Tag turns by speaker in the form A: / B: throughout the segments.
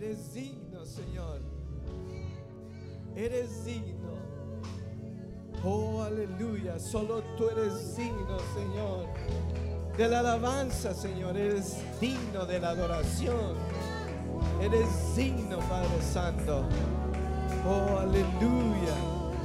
A: Eres digno, Señor. Eres digno. Oh, aleluya. Solo tú eres digno, Señor, de la alabanza, Señor. Eres digno de la adoración. Eres digno, Padre Santo. Oh, aleluya.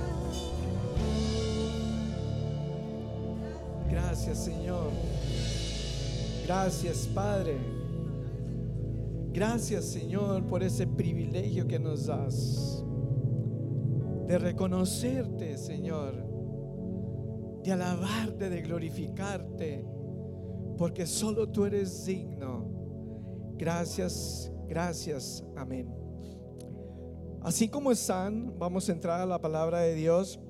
A: Gracias, Señor. Gracias, Padre. Gracias, Señor, por ese privilegio que nos das de reconocerte, Señor, de alabarte, de glorificarte, porque solo tú eres digno. Gracias, gracias, amén. Así como están, vamos a entrar a la palabra de Dios.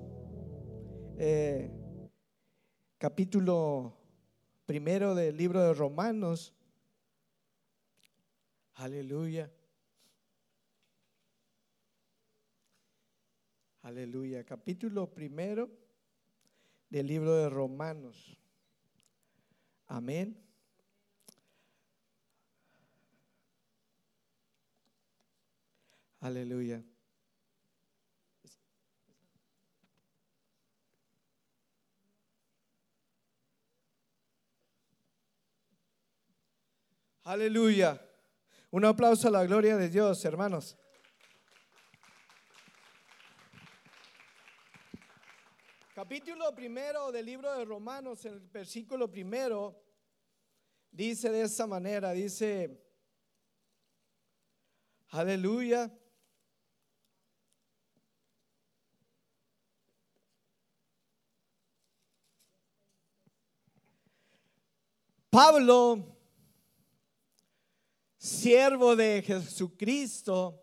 A: Capítulo 1 del libro de Romanos. Aleluya. Aleluya. Capítulo 1 del libro de Romanos. Amén. Aleluya. Aleluya. Un aplauso a la gloria de Dios, hermanos. Capítulo 1 del libro de Romanos, en el versículo 1, dice de esta manera, dice, aleluya. Pablo, siervo de Jesucristo,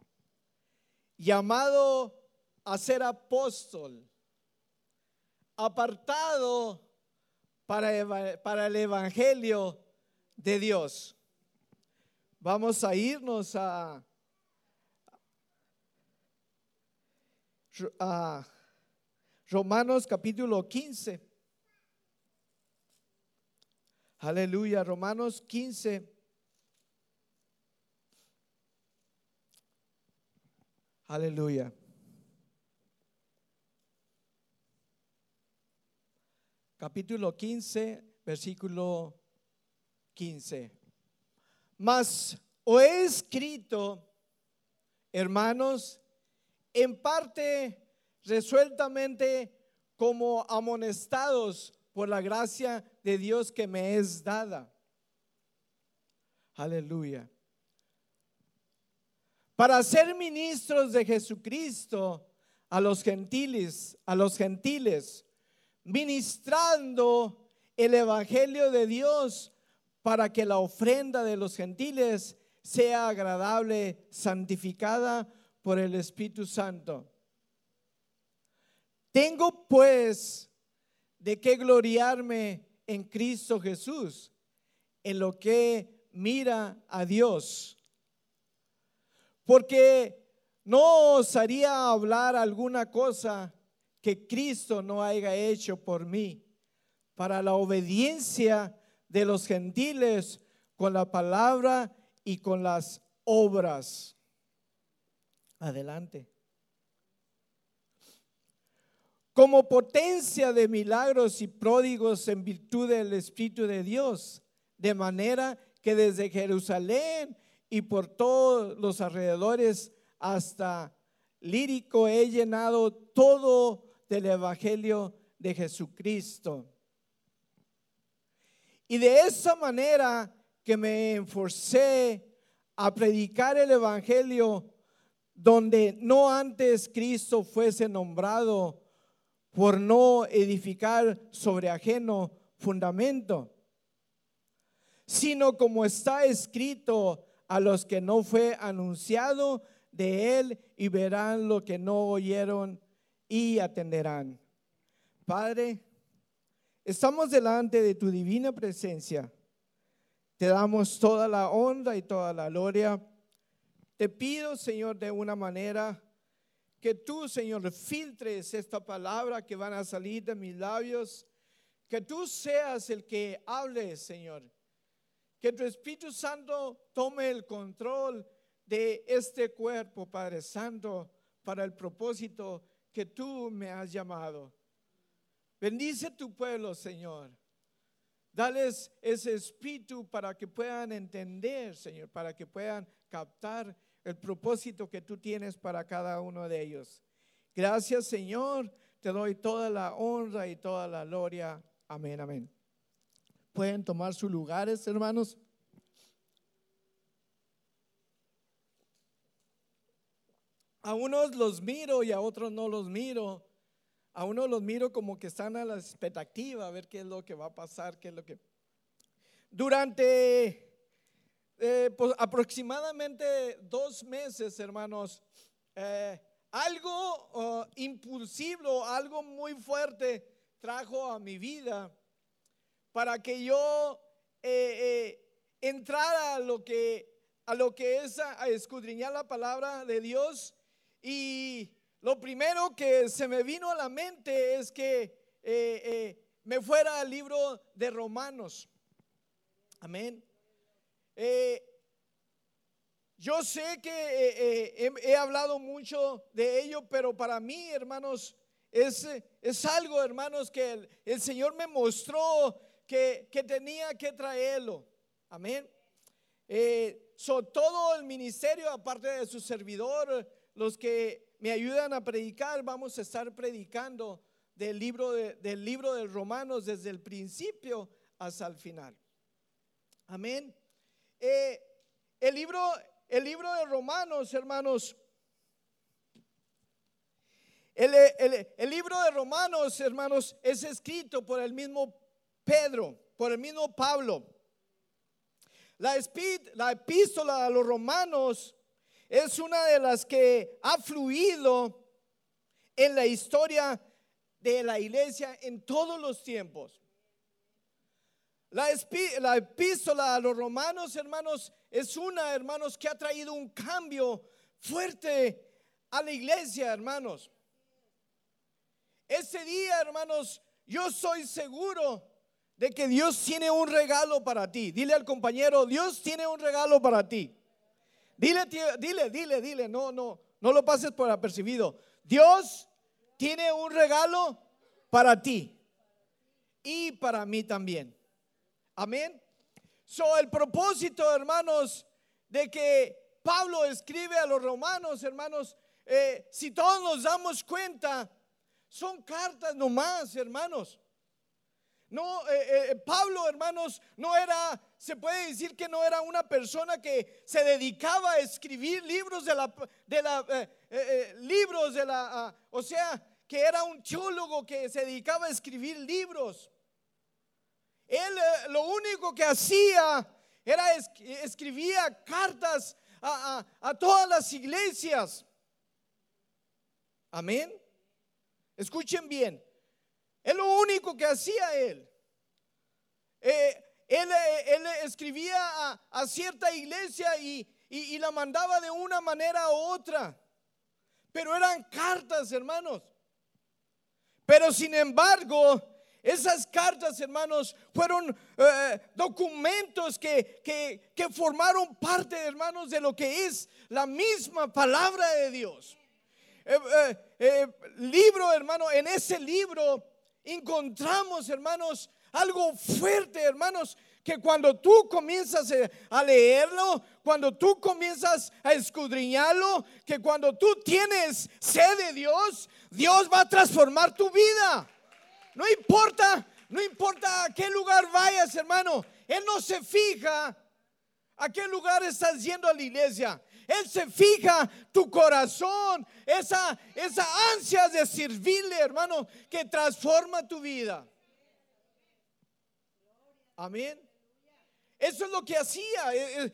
A: llamado a ser apóstol, apartado para el evangelio de Dios. Vamos a irnos a Romanos capítulo 15. Aleluya, Romanos 15. Aleluya. Capítulo 15, versículo 15. Mas os he escrito, hermanos, en parte resueltamente como amonestados por la gracia de Dios que me es dada. Aleluya. Para ser ministros de Jesucristo a los gentiles, ministrando el evangelio de Dios, para que la ofrenda de los gentiles sea agradable, santificada por el Espíritu Santo. Tengo pues de qué gloriarme en Cristo Jesús, en lo que mira a Dios. Porque no osaría hablar alguna cosa que Cristo no haya hecho por mí, para la obediencia de los gentiles con la palabra y con las obras. Adelante. Como potencia de milagros y pródigos en virtud del Espíritu de Dios, de manera que desde Jerusalén y por todos los alrededores hasta Lírico he llenado todo del evangelio de Jesucristo. Y de esa manera que me esforcé a predicar el evangelio donde no antes Cristo fuese nombrado, por no edificar sobre ajeno fundamento, sino como está escrito, a los que no fue anunciado de él y verán lo que no oyeron y atenderán. Padre, estamos delante de tu divina presencia. Te damos toda la honra y toda la gloria. Te pido, Señor, de una manera que tú, Señor, filtres esta palabra que van a salir de mis labios. Que tú seas el que hable, Señor. Que tu Espíritu Santo tome el control de este cuerpo, Padre Santo, para el propósito que tú me has llamado. Bendice tu pueblo, Señor. Dales ese espíritu para que puedan entender, Señor, para que puedan captar el propósito que tú tienes para cada uno de ellos. Gracias, Señor. Te doy toda la honra y toda la gloria. Amén, amén. Pueden tomar sus lugares, hermanos. A unos los miro y a otros no los miro. A unos los miro como que están a la expectativa, a ver qué es lo que va a pasar, qué es lo que. Durante pues aproximadamente 2 meses, hermanos, algo impulsivo, algo muy fuerte trajo a mi vida para que yo entrara a lo que es a escudriñar la palabra de Dios. Y lo primero que se me vino a la mente es que me fuera al libro de Romanos. Amén. Yo sé que he hablado mucho de ello, pero para mí, hermanos, es algo, hermanos, que el Señor me mostró que tenía que traerlo. Amén. Todo el ministerio, aparte de su servidor, los que me ayudan a predicar, vamos a estar predicando del libro de Romanos desde el principio hasta el final. Amén. El libro de Romanos, hermanos, el libro de Romanos, hermanos, es escrito por el mismo Pedro, por el mismo Pablo. La epístola a los romanos es una de las que ha fluido en la historia de la iglesia en todos los tiempos. La epístola a los romanos, hermanos, es una, hermanos, que ha traído un cambio fuerte a la iglesia, hermanos. Ese día, hermanos, yo soy seguro de que Dios tiene un regalo para ti. Dile al compañero, Dios tiene un regalo para ti. Dile, no lo pases por apercibido. Dios tiene un regalo para ti y para mí también. Amén. El propósito, hermanos, de que Pablo escribe a los romanos, hermanos, si todos nos damos cuenta, son cartas nomás, hermanos. No, Pablo, hermanos, no era, se puede decir que no era una persona que se dedicaba a escribir libros o sea, que era un teólogo que se dedicaba a escribir libros. Él lo único que hacía era escribía cartas a todas las iglesias. Amén. Escuchen bien. Es lo único que hacía él. Él escribía a cierta iglesia y la mandaba de una manera u otra. Pero eran cartas, hermanos. Pero sin embargo, esas cartas, hermanos, fueron documentos que formaron parte, hermanos, de lo que es la misma palabra de Dios. Libro, hermano, en ese libro encontramos, hermanos, algo fuerte, hermanos, que cuando tú comienzas a leerlo, cuando tú comienzas a escudriñarlo, que cuando tú tienes sed de Dios, Dios va a transformar tu vida. No importa a qué lugar vayas, hermano. Él no se fija a qué lugar estás yendo a la iglesia. Él se fija tu corazón, esa ansia de servirle, hermano, que transforma tu vida. Amén. Eso es lo que hacía.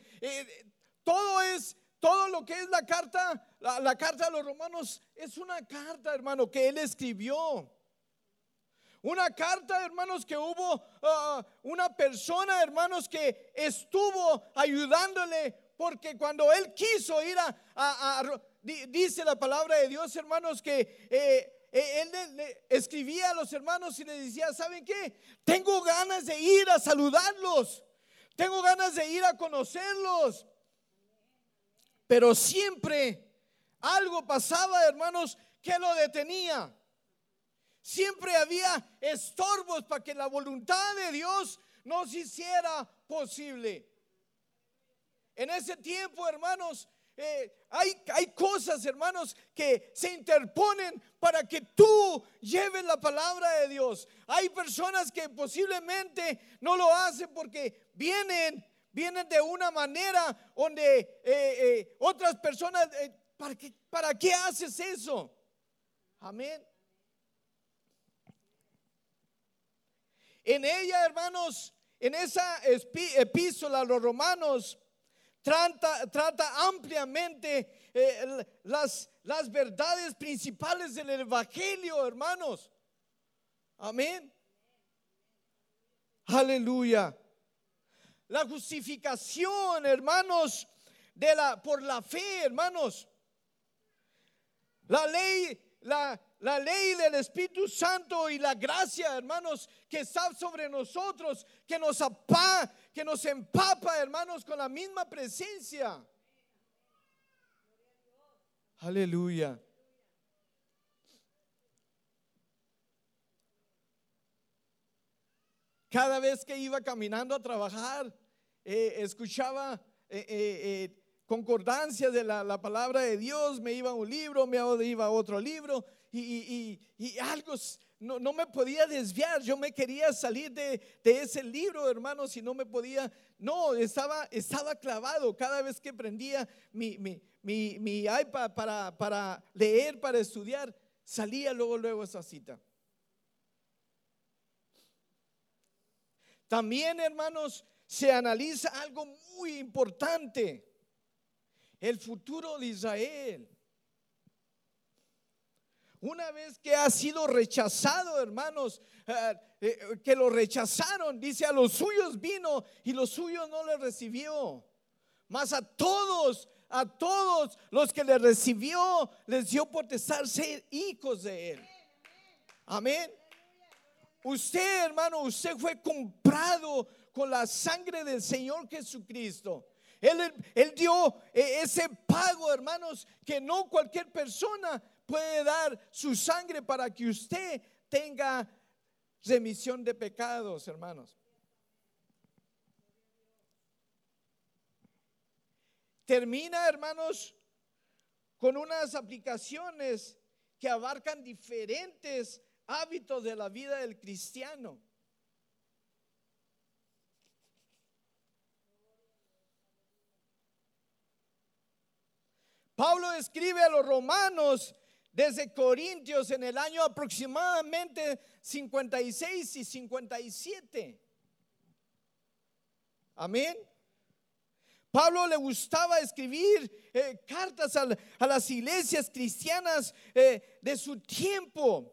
A: Todo lo que es la carta a los romanos es una carta, hermano, que él escribió. Una carta, hermanos, que hubo una persona, hermanos, que estuvo ayudándole, porque cuando él quiso ir dice la palabra de Dios, hermanos, que él le escribía a los hermanos y le decía: ¿saben qué? Tengo ganas de ir a saludarlos, tengo ganas de ir a conocerlos. pero siempre algo pasaba, hermanos, que lo detenía. Siempre había estorbos para que la voluntad de Dios no se hiciera posible. En ese tiempo, hermanos, hay cosas, hermanos, que se interponen para que tú lleves la palabra de Dios. Hay personas que posiblemente no lo hacen porque vienen de una manera donde otras personas, ¿para qué haces eso? Amén. En ella, hermanos, en esa epístola a los romanos, trata ampliamente las verdades principales del evangelio, hermanos. Amén. Aleluya. La justificación, hermanos, por la fe, hermanos. La ley del Espíritu Santo y la gracia, hermanos, que está sobre nosotros, que nos empapa, hermanos, con la misma presencia. Aleluya. Cada vez que iba caminando a trabajar, escuchaba concordancia de la palabra de Dios. Me iba a un libro, me iba a otro libro, y algo no me podía desviar. Yo me quería salir de ese libro, hermanos, y no me podía. No, estaba clavado. Cada vez que prendía mi iPad para leer, para estudiar, salía luego esa cita. También, hermanos, se analiza algo muy importante: el futuro de Israel. Una vez que ha sido rechazado, hermanos, que lo rechazaron, dice, a los suyos vino y los suyos no le recibió. Mas a todos los que le recibió, les dio potestad ser hijos de él. Amén. Usted, hermano, usted fue comprado con la sangre del Señor Jesucristo. Él dio ese pago, hermanos, que no cualquier persona puede dar su sangre para que usted tenga remisión de pecados, hermanos. Termina, hermanos, con unas aplicaciones que abarcan diferentes hábitos de la vida del cristiano. Pablo escribe a los romanos desde Corintios en el año aproximadamente 56 y 57. Amén. Pablo le gustaba escribir cartas a las iglesias cristianas de su tiempo.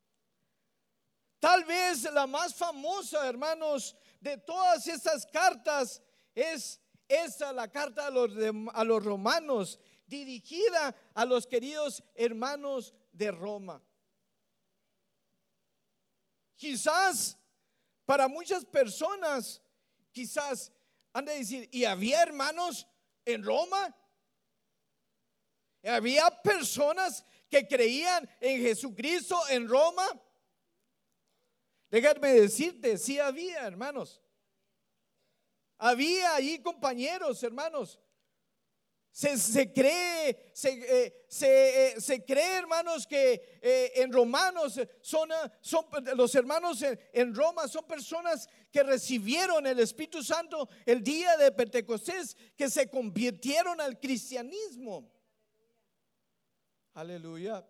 A: Tal vez la más famosa, hermanos, de todas estas cartas es esta, la carta a los romanos, dirigida a los queridos hermanos de Roma. Quizás para muchas personas, quizás han de decir, ¿y había hermanos en Roma? ¿Había personas que creían en Jesucristo en Roma? Déjame decirte, sí había, hermanos. Había ahí compañeros, hermanos. Se cree, hermanos, que en Romanos son los hermanos en Roma son personas que recibieron el Espíritu Santo el día de Pentecostés, que se convirtieron al cristianismo. Aleluya.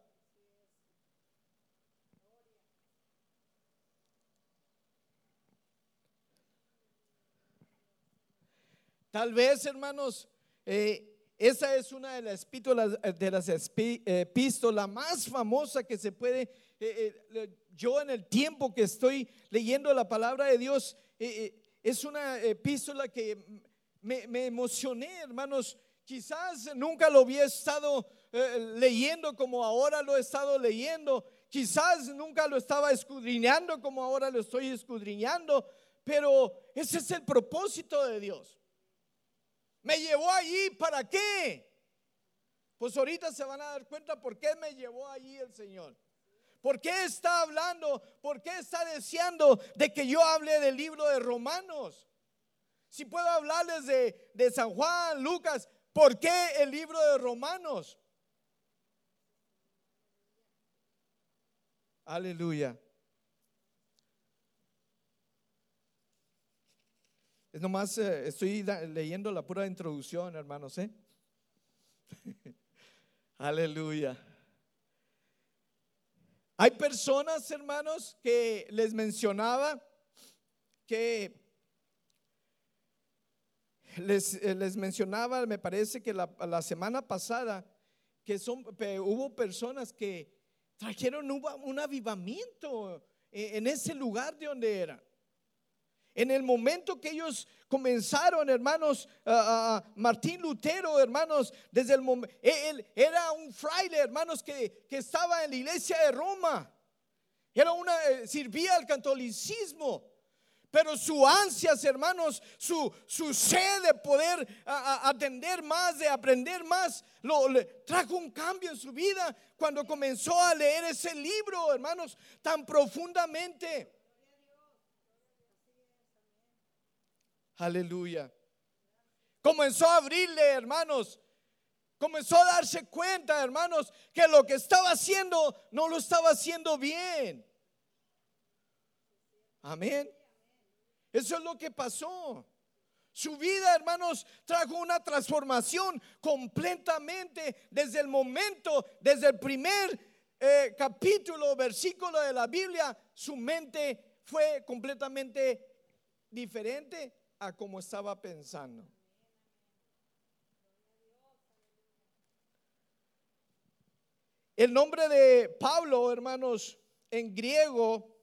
A: Tal vez, hermanos, esa es una de las epístolas más famosas que se puede. Yo en el tiempo que estoy leyendo la palabra de Dios, es una epístola que me emocioné, hermanos. Quizás nunca lo había estado leyendo como ahora lo he estado leyendo. Quizás nunca lo estaba escudriñando como ahora lo estoy escudriñando. Pero ese es el propósito de Dios. Me llevó allí, ¿para qué? Pues ahorita se van a dar cuenta por qué me llevó allí el Señor. ¿Por qué está hablando? ¿Por qué está deseando de que yo hable del libro de Romanos? Si puedo hablarles de San Juan, Lucas, ¿por qué el libro de Romanos? Aleluya. Es nomás, estoy leyendo la pura introducción, hermanos, Aleluya. Hay personas, hermanos, que les mencionaba que les mencionaba, me parece que la semana pasada, que hubo personas que trajeron un avivamiento en ese lugar de donde era. En el momento que ellos comenzaron, hermanos, Martín Lutero, hermanos, desde el momento, él era un fraile, hermanos, que estaba en la iglesia de Roma. Sirvía al catolicismo. Pero su ansias, hermanos, su sed de poder atender más, de aprender más, trajo un cambio en su vida cuando comenzó a leer ese libro, hermanos, tan profundamente. Aleluya. Comenzó a abrirle, hermanos. Comenzó a darse cuenta, hermanos, que lo que estaba haciendo no lo estaba haciendo bien. Amén. Eso es lo que pasó. Su vida, hermanos, trajo una transformación completamente desde el momento, desde el primer capítulo, versículo de la Biblia. Su mente fue completamente diferente a como estaba pensando. El nombre de Pablo, hermanos, en griego,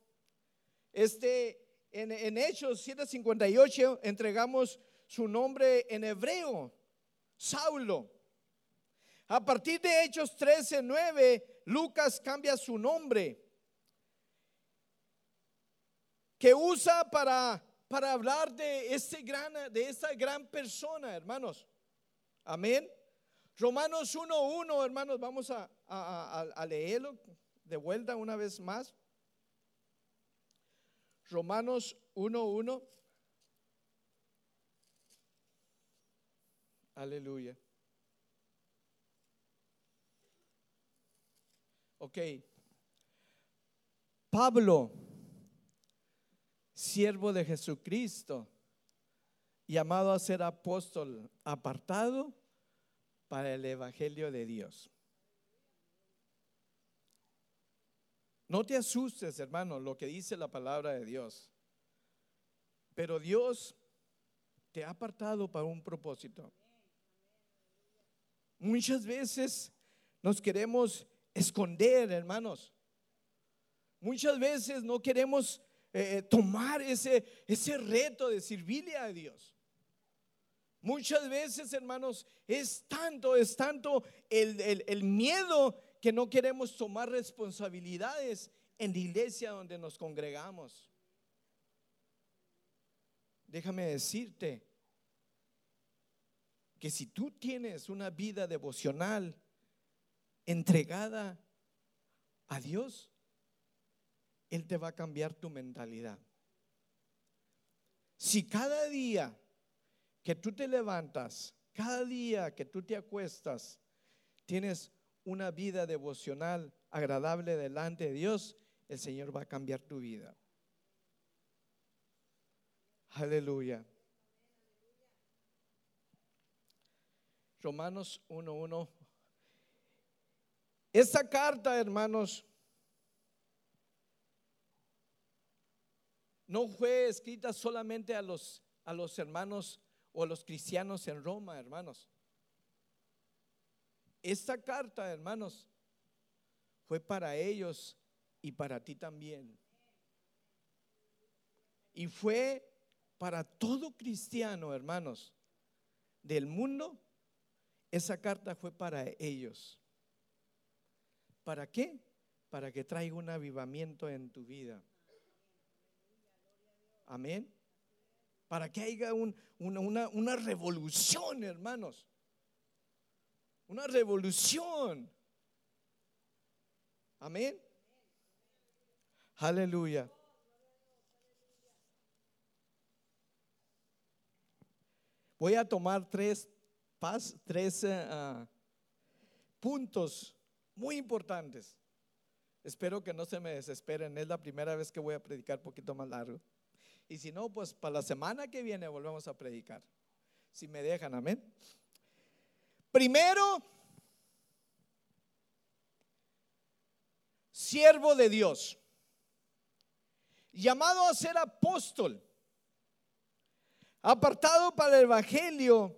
A: en Hechos 7:58 entregamos su nombre en hebreo, Saulo. A partir de Hechos 13:9, Lucas cambia su nombre, que usa para hablar de esta gran persona, hermanos. Amén. Romanos 1:1, hermanos, vamos a leerlo de vuelta una vez más. Romanos 1:1. Aleluya. Ok. Pablo, siervo de Jesucristo, llamado a ser apóstol, apartado para el evangelio de Dios. No te asustes, hermano, lo que dice la palabra de Dios. Pero Dios te ha apartado para un propósito. Muchas veces nos queremos esconder, hermanos. Muchas veces no queremos tomar ese reto de servirle a Dios. Muchas veces, hermanos, es tanto el miedo que no queremos tomar responsabilidades en la iglesia donde nos congregamos. Déjame decirte que si tú tienes una vida devocional entregada a Dios, Él te va a cambiar tu mentalidad. Si cada día que tú te levantas, cada día que tú te acuestas, tienes una vida devocional agradable delante de Dios, el Señor va a cambiar tu vida. Aleluya. Romanos 1:1. Esta carta, hermanos, no fue escrita solamente a los hermanos o a los cristianos en Roma, hermanos. Esta carta, hermanos, fue para ellos y para ti también. Y fue para todo cristiano, hermanos, del mundo. Esa carta fue para ellos. ¿Para qué? Para que traiga un avivamiento en tu vida. Amén. Para que haya una revolución, hermanos. una revolución. Amén. Aleluya. Voy a tomar tres puntos muy importantes. Espero que no se me desesperen. Es la primera vez que voy a predicar un poquito más largo. Y si no, pues para la semana que viene volvemos a predicar. Si me dejan, amén. Primero, siervo de Dios, llamado a ser apóstol, apartado para el evangelio.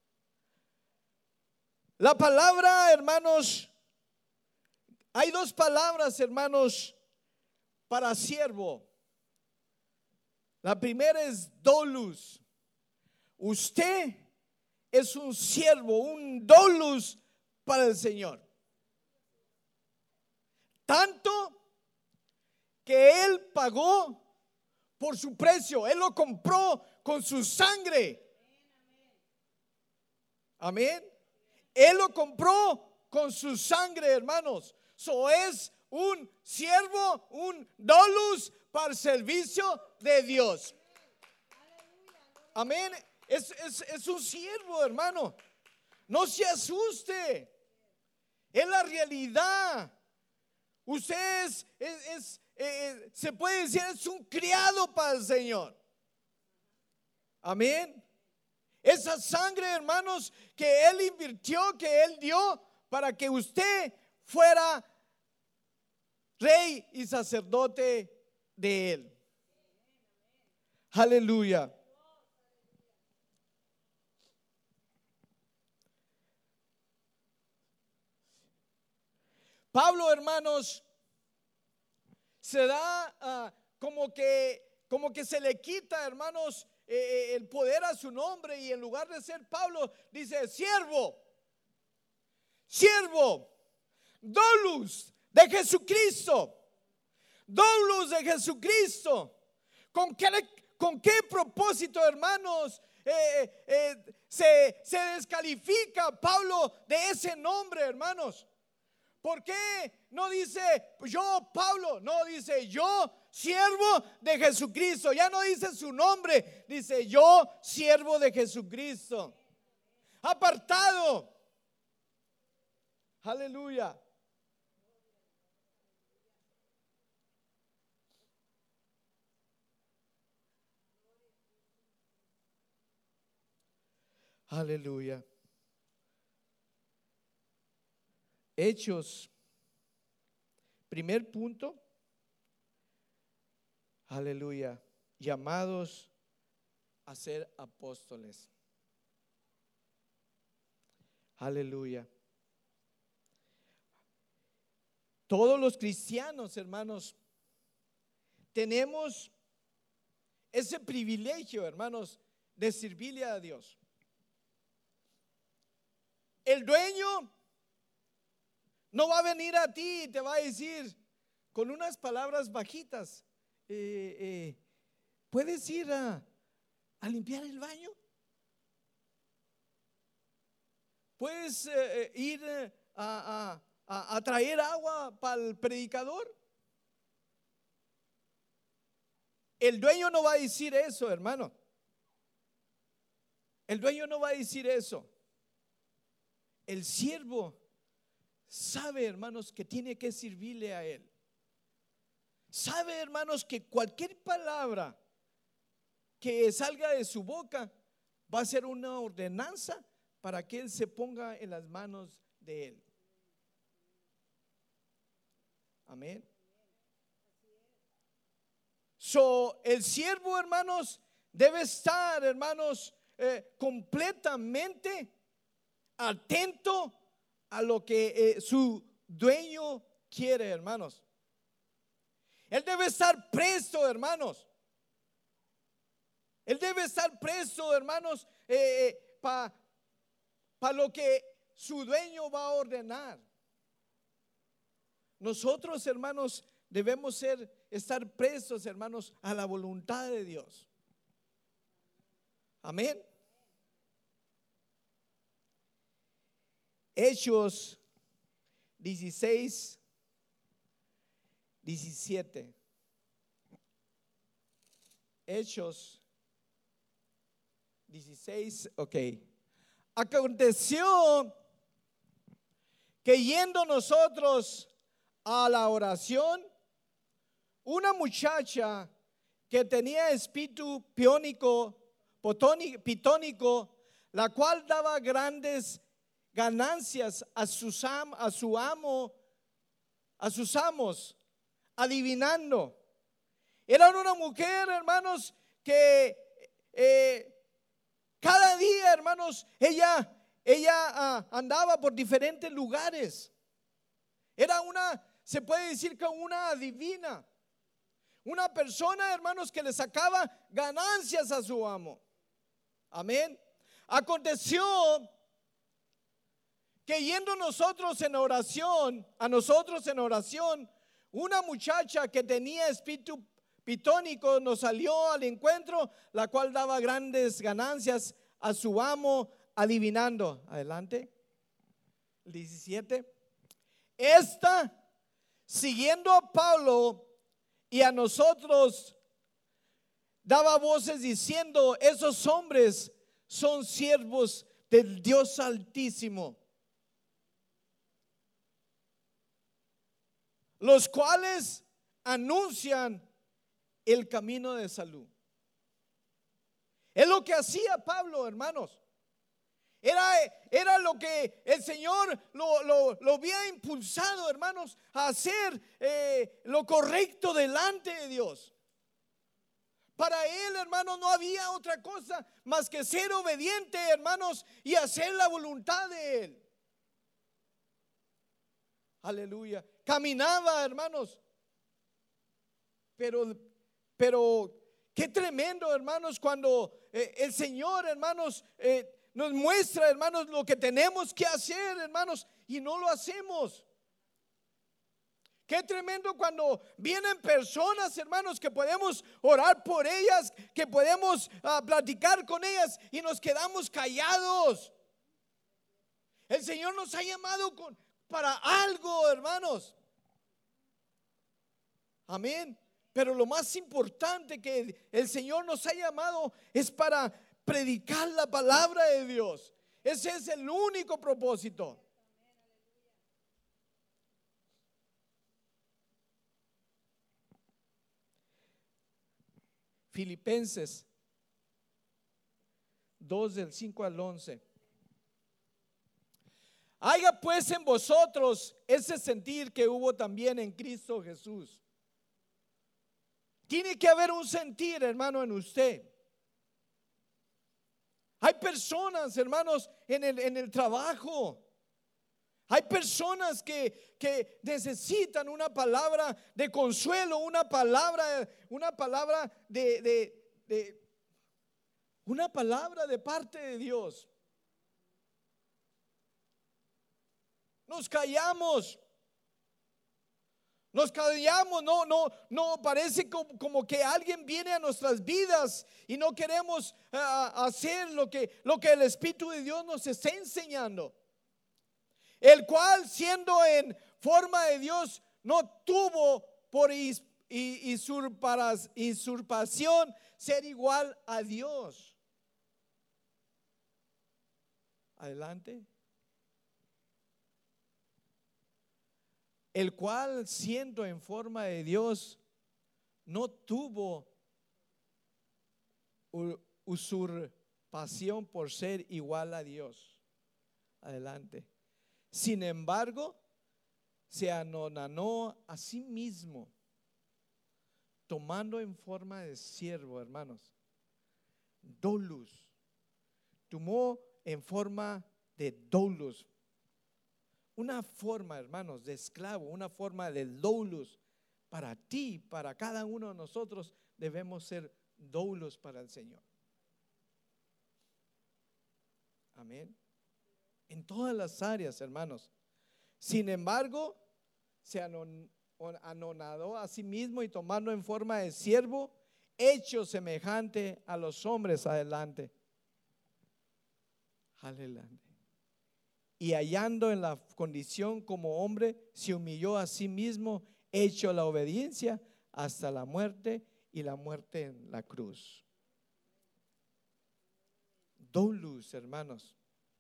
A: La palabra, hermanos, hay dos palabras, hermanos, para siervo. La primera es doulos. Usted es un siervo, un doulos para el Señor. Tanto que Él pagó por su precio. Él lo compró con su sangre. Amén. Él lo compró con su sangre, hermanos. Es un siervo, un doulos para el servicio de Dios. Amén. Es un siervo, hermano. No se asuste. Es la realidad. Usted se puede decir, es un criado para el Señor. Amén. Esa sangre, hermanos, que Él invirtió, que Él dio para que usted fuera rey y sacerdote de Él. Aleluya. Pablo, hermanos, se da como que se le quita, hermanos, el poder a su nombre, y en lugar de ser Pablo, dice siervo, doulos de Jesucristo, doulos de Jesucristo. ¿Con qué propósito, hermanos, se descalifica Pablo de ese nombre, hermanos? ¿Por qué no dice yo Pablo? No, dice yo siervo de Jesucristo. Ya no dice su nombre, dice yo siervo de Jesucristo. Apartado. Aleluya. Aleluya. Hechos, primer punto. Aleluya. Llamados a ser apóstoles. Aleluya. Todos los cristianos, hermanos, tenemos ese privilegio, hermanos, de servirle a Dios. El dueño no va a venir a ti y te va a decir con unas palabras bajitas, ¿puedes ir a limpiar el baño? ¿Puedes ir a traer agua para el predicador? El dueño no va a decir eso, hermano. El dueño no va a decir eso. El siervo sabe, hermanos, que tiene que servirle a Él. Sabe, hermanos, que cualquier palabra que salga de su boca va a ser una ordenanza para que Él se ponga en las manos de Él. Amén. El siervo, hermanos, debe estar, hermanos, completamente atento a lo que su dueño quiere, hermanos. Él debe estar presto, hermanos. Él debe estar presto, hermanos, para lo que su dueño va a ordenar. Nosotros, hermanos, debemos estar prestos, hermanos, a la voluntad de Dios. Amén. Hechos 16, 17. Hechos 16, ok. Aconteció que yendo nosotros a la oración, una muchacha que tenía espíritu pitónico, la cual daba grandes ganancias a sus amos, adivinando. Era una mujer, hermanos, que cada día, hermanos, ella andaba por diferentes lugares. Era se puede decir que una adivina. Una persona, hermanos, que le sacaba ganancias a su amo. Amén. Aconteció que yendo nosotros en oración, una muchacha que tenía espíritu pitónico nos salió al encuentro, la cual daba grandes ganancias a su amo adivinando. Adelante. 17. Esta, siguiendo a Pablo y a nosotros, daba voces diciendo: esos hombres son siervos del Dios Altísimo, los cuales anuncian el camino de salud. Es lo que hacía Pablo, hermanos. Era lo que el Señor lo había impulsado, hermanos, a hacer lo correcto delante de Dios. Para él, hermanos, no había otra cosa más que ser obediente, hermanos, y hacer la voluntad de él. Aleluya. Caminaba, hermanos. Pero qué tremendo, hermanos, cuando el Señor, hermanos, nos muestra, hermanos, lo que tenemos que hacer, hermanos, y no lo hacemos. Qué tremendo cuando vienen personas, hermanos, que podemos orar por ellas, que podemos platicar con ellas y nos quedamos callados. El Señor nos ha llamado para algo, hermanos. Amén. Pero lo más importante que el Señor nos ha llamado es para predicar la palabra de Dios. Ese es el único propósito. Filipenses 2 del 5 al 11. Haya pues en vosotros ese sentir que hubo también en Cristo Jesús. Tiene que haber un sentir, hermano, en usted. Hay personas, hermanos, en el trabajo. Hay personas que necesitan una palabra de consuelo, una palabra de parte de Dios. Nos callamos, no parece como que alguien viene a nuestras vidas y no queremos hacer lo que el Espíritu de Dios nos está enseñando. El cual, siendo en forma de Dios, no tuvo por usurpación ser igual a Dios. Adelante. El cual, siendo en forma de Dios, no tuvo usurpación por ser igual a Dios. Adelante. Sin embargo, se anonadó a sí mismo, tomando en forma de siervo, hermanos. Doulos. Tomó en forma de doulos. Una forma, hermanos, de esclavo, una forma de doulos. Para ti, para cada uno de nosotros, debemos ser doulos para el Señor. Amén. En todas las áreas, hermanos. Sin embargo, se anonadó a sí mismo y tomando en forma de siervo, hecho semejante a los hombres. Adelante. Aleluya. y hallando en la condición como hombre, se humilló a sí mismo, hecho la obediencia hasta la muerte y la muerte en la cruz. Doulos, hermanos.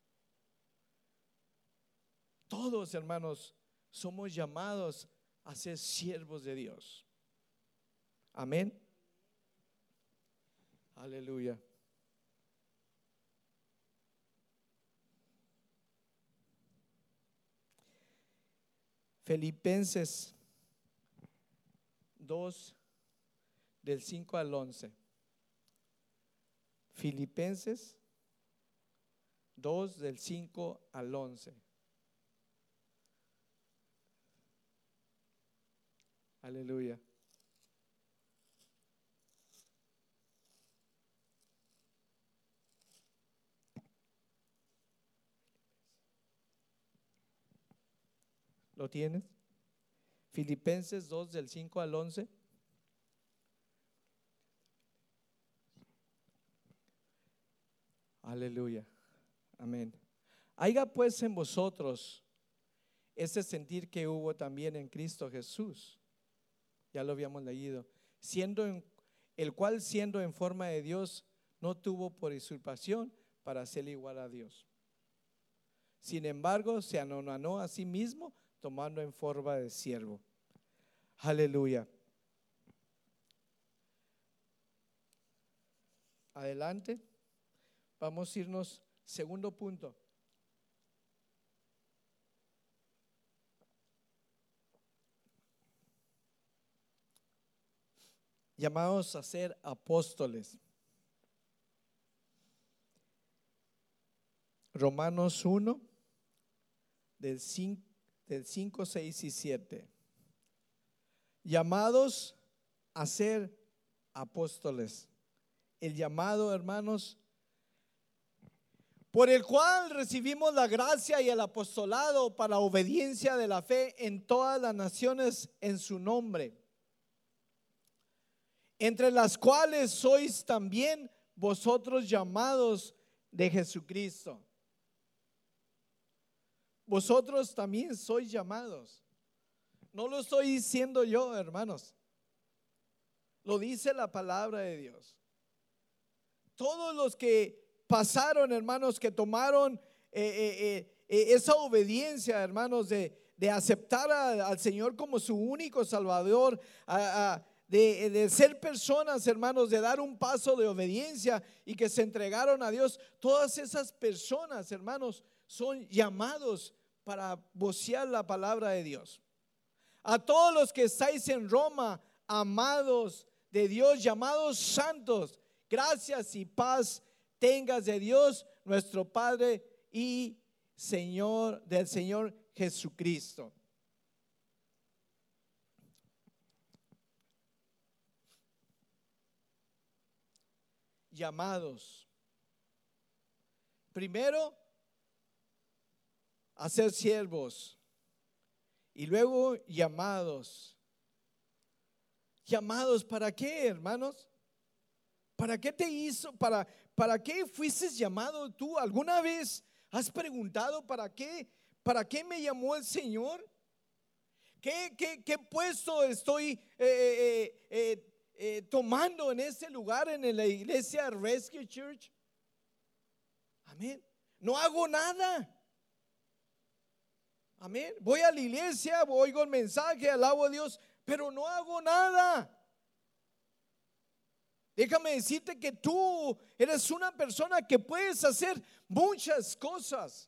A: Todos, hermanos, somos llamados a ser siervos de Dios. Amén. Aleluya. Filipenses 2, del 5 al 11. Filipenses 2, del 5 al 11. Aleluya. ¿Lo tienes? Filipenses 2, del 5 al 11. Aleluya. Amén. Haya pues en vosotros ese sentir que hubo también en Cristo Jesús. Ya lo habíamos leído. El cual siendo en forma de Dios, no tuvo por usurpación para ser igual a Dios. Sin embargo, se anonadó a sí mismo, tomando en forma de siervo. Aleluya. Adelante. Vamos a irnos, segundo punto. Llamados a ser apóstoles. Romanos 1, del 5, 6 y 7. Llamados a ser apóstoles. El llamado, hermanos, por el cual recibimos la gracia y el apostolado para obediencia de la fe en todas las naciones en su nombre, entre las cuales sois también vosotros llamados de Jesucristo. Vosotros también sois llamados. No lo estoy diciendo yo, hermanos. Lo dice la palabra de Dios. Todos los que pasaron, hermanos, que tomaron esa obediencia, hermanos, de aceptar al Señor como su único Salvador, de ser personas, hermanos, de dar un paso de obediencia y que se entregaron a Dios. Todas esas personas, hermanos, son llamados para vocear la palabra de Dios. A todos los que estáis en Roma, amados de Dios, llamados santos, gracias y paz tengas de Dios nuestro Padre y Señor, del Señor Jesucristo. Llamados. Primero, a ser siervos. Y luego llamados. ¿Llamados para qué, hermanos? ¿Para qué te hizo? ¿Para qué fuiste llamado tú? ¿Alguna vez has preguntado para qué me llamó el Señor? ¿Qué puesto estoy tomando en este lugar, en la iglesia Rescue Church? Amén. No hago nada. Amén. Voy a la iglesia, oigo el mensaje, alabo a Dios, pero no hago nada. Déjame decirte que tú eres una persona que puedes hacer muchas cosas.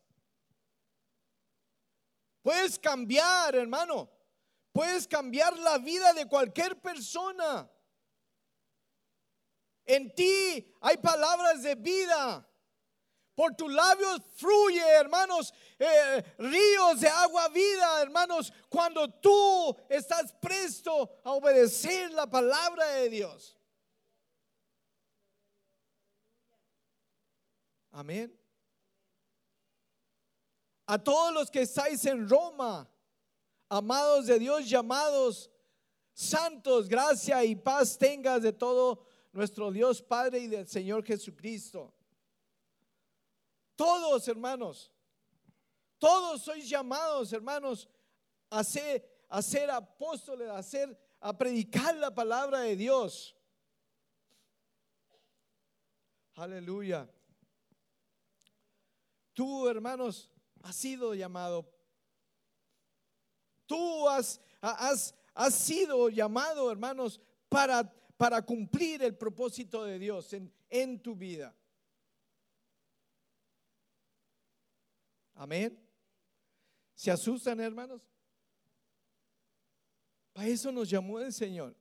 A: Puedes cambiar, hermano. Puedes cambiar la vida de cualquier persona. En ti hay palabras de vida. Por tus labios fluye, hermanos, ríos de agua vida, hermanos, cuando tú estás presto a obedecer la palabra de Dios. Amén. A todos los que estáis en Roma, amados de Dios, llamados santos, gracia y paz tengas de todo nuestro Dios Padre y del Señor Jesucristo. Todos, hermanos, Todos sois llamados, hermanos, a ser apóstoles, a predicar la palabra de Dios. Aleluya. Tú, hermanos, has sido llamado. Tú has sido llamado, hermanos, para cumplir el propósito de Dios en tu vida. Amén. ¿Se asustan, hermanos? Para eso nos llamó el Señor.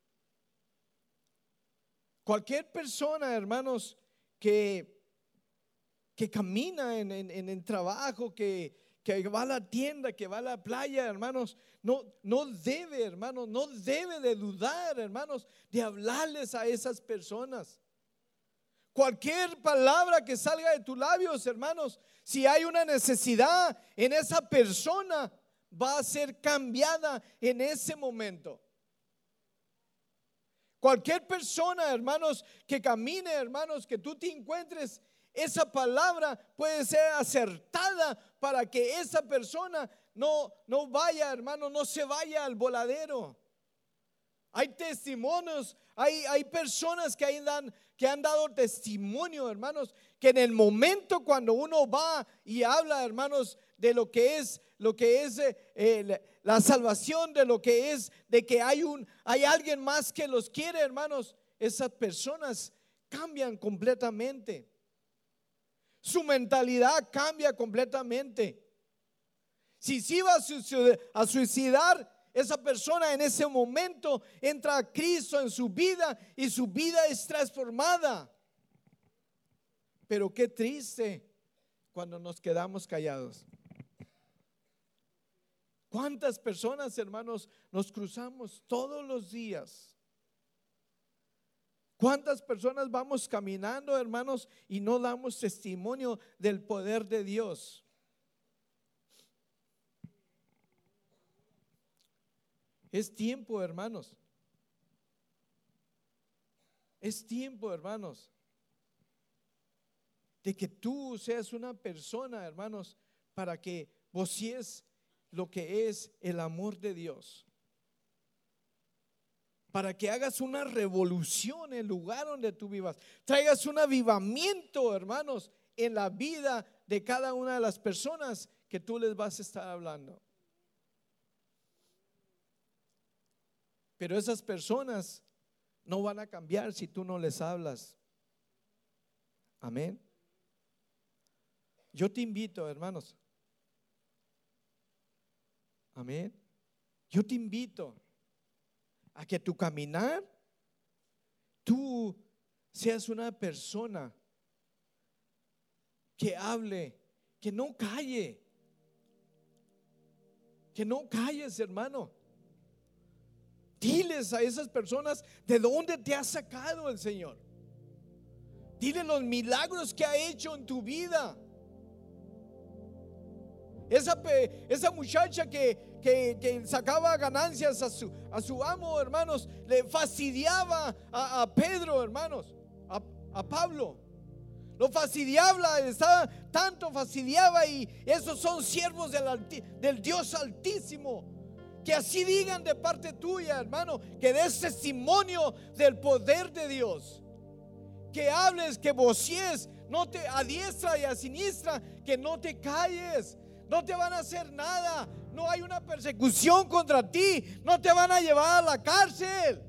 A: Cualquier persona, hermanos, que camina en el trabajo, que va a la tienda, que va a la playa, hermanos, no debe, hermanos, no debe de dudar, hermanos, de hablarles a esas personas. Cualquier palabra que salga de tus labios, hermanos, si hay una necesidad en esa persona, va a ser cambiada en ese momento. Cualquier persona, hermanos, que camine, hermanos, que tú te encuentres, esa palabra puede ser acertada para que esa persona no vaya, hermano, no se vaya al voladero. Hay testimonios, hay personas que han dado testimonio, hermanos, que en el momento cuando uno va y habla, hermanos, de lo que es la salvación, de lo que es, de que hay alguien más que los quiere, hermanos, esas personas cambian completamente. Su mentalidad cambia completamente. Si se iba a suicidar, esa persona en ese momento entra a Cristo en su vida y su vida es transformada. Pero qué triste cuando nos quedamos callados. ¿Cuántas personas, hermanos, nos cruzamos todos los días? ¿Cuántas personas vamos caminando, hermanos, y no damos testimonio del poder de Dios? Es tiempo, hermanos. Es tiempo, hermanos, de que tú seas una persona, hermanos, para que vocíes lo que es el amor de Dios. Para que hagas una revolución en el lugar donde tú vivas. Traigas un avivamiento, hermanos, en la vida de cada una de las personas que tú les vas a estar hablando. Pero esas personas no van a cambiar si tú no les hablas. Amén. Yo te invito, hermanos. Amén. Yo te invito a que tu caminar, tú seas una persona que hable, que no calle, que no calles, hermano. Diles a esas personas de dónde te ha sacado el Señor. Dile los milagros que ha hecho en tu vida. Esa muchacha que sacaba ganancias a su amo, hermanos, le fastidiaba a Pedro, hermanos, a Pablo. Lo fastidiaba, tanto fastidiaba, y esos son siervos del Dios Altísimo. Que así digan de parte tuya, hermano, que des testimonio del poder de Dios. Que hables, que vocíes, no te a diestra y a siniestra, que no te calles. No te van a hacer nada. No hay una persecución contra ti. No te van a llevar a la cárcel.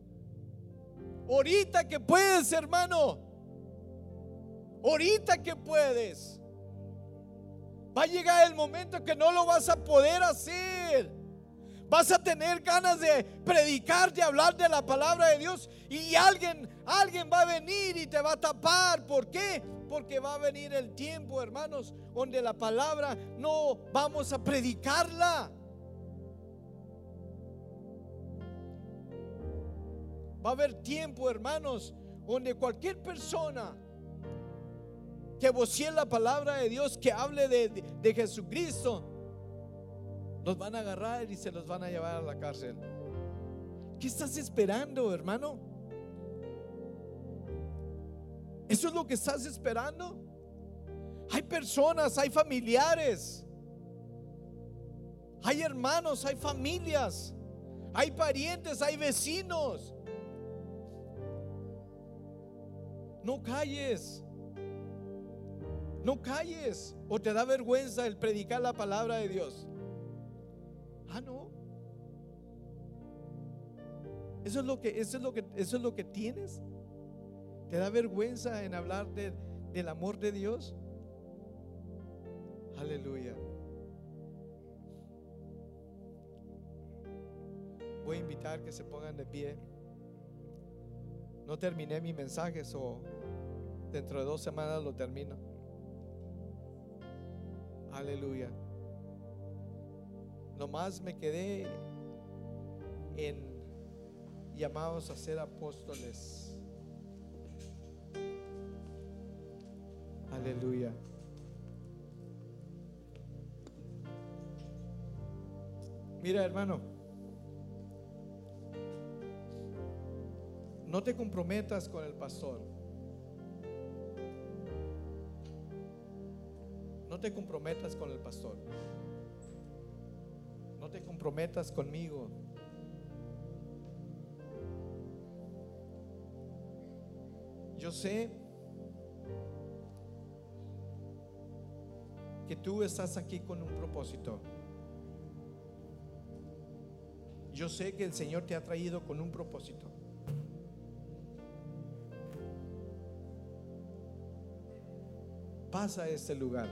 A: Ahorita que puedes, hermano. Ahorita que puedes. Va a llegar el momento que no lo vas a poder hacer. Vas a tener ganas de predicar, de hablar de la palabra de Dios, y alguien va a venir y te va a tapar. ¿Por qué? Porque va a venir el tiempo, hermanos, donde la palabra no vamos a predicarla. Va a haber tiempo, hermanos, donde cualquier persona que vocee la palabra de Dios, que hable de Jesucristo, los van a agarrar y se los van a llevar a la cárcel. ¿Qué estás esperando, hermano? ¿Eso es lo que estás esperando? Hay personas, hay familiares Hay hermanos, hay familias, hay parientes, hay vecinos. No calles. No calles. ¿O te da vergüenza el predicar la palabra de Dios? Ah, no. Eso es lo que tienes. ¿Te da vergüenza en hablar del amor de Dios? Aleluya. Voy a invitar que se pongan de pie. No terminé mi mensaje, dentro de 2 semanas lo termino. Aleluya. Nomás me quedé en llamados a ser apóstoles. Aleluya. Mira, hermano, no te comprometas con el pastor. No te comprometas con el pastor. No te comprometas conmigo. Yo sé que tú estás aquí con un propósito. Yo sé que el Señor te ha traído con un propósito. Pasa a este lugar.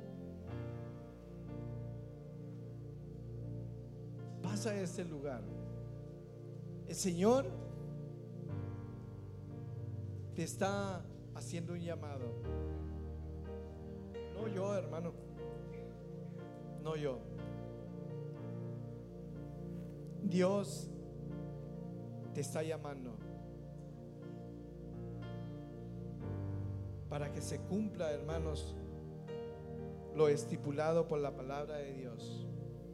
A: Pasa a este lugar. El Señor te está haciendo un llamado. No yo, hermano. No yo. Dios te está llamando para que se cumpla, hermanos, lo estipulado por la palabra de Dios.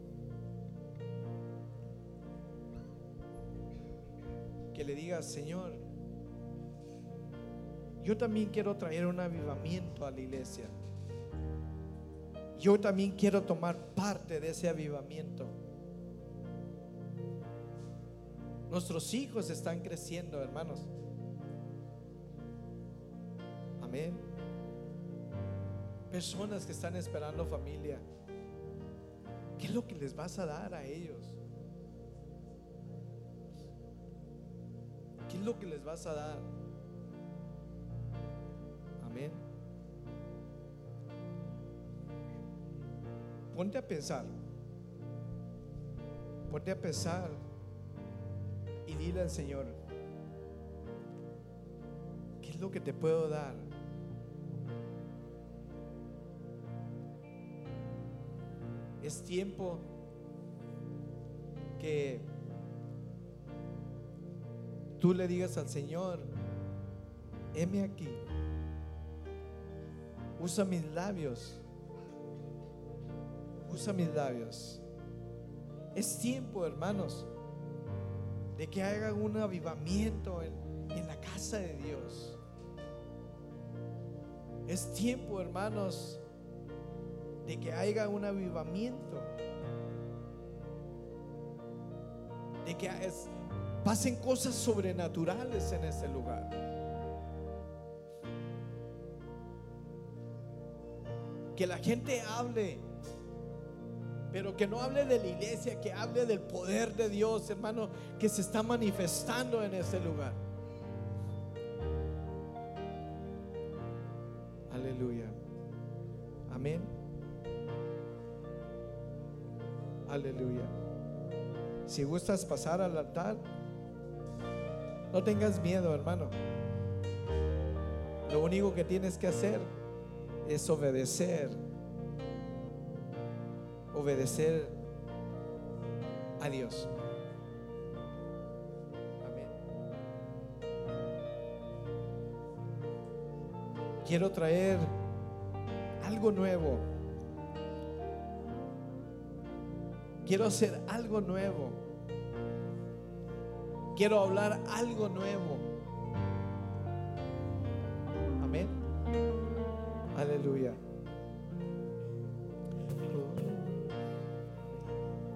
A: Que le digas: Señor, yo también quiero traer un avivamiento a la iglesia. Yo también quiero tomar parte de ese avivamiento. Nuestros hijos están creciendo, hermanos. Amén. Personas que están esperando familia. ¿Qué es lo que les vas a dar a ellos? ¿Qué es lo que les vas a dar? Amén. Ponte a pensar. Ponte a pensar y dile al Señor: ¿qué es lo que te puedo dar? Es tiempo que tú le digas al Señor: heme aquí, usa mis labios, usa mis labios. Es tiempo, hermanos, de que hagan un avivamiento en la casa de Dios. Es tiempo, hermanos, de que haya un avivamiento, de que pasen cosas sobrenaturales en este lugar. Que la gente hable, pero que no hable de la iglesia, que hable del poder de Dios, hermano, que se está manifestando en este lugar. Aleluya. Amén. Aleluya. Si gustas pasar al altar, no tengas miedo, hermano. Lo único que tienes que hacer es obedecer a Dios. Amén. Quiero traer algo nuevo. Quiero hacer algo nuevo. Quiero hablar algo nuevo. Amén. Aleluya.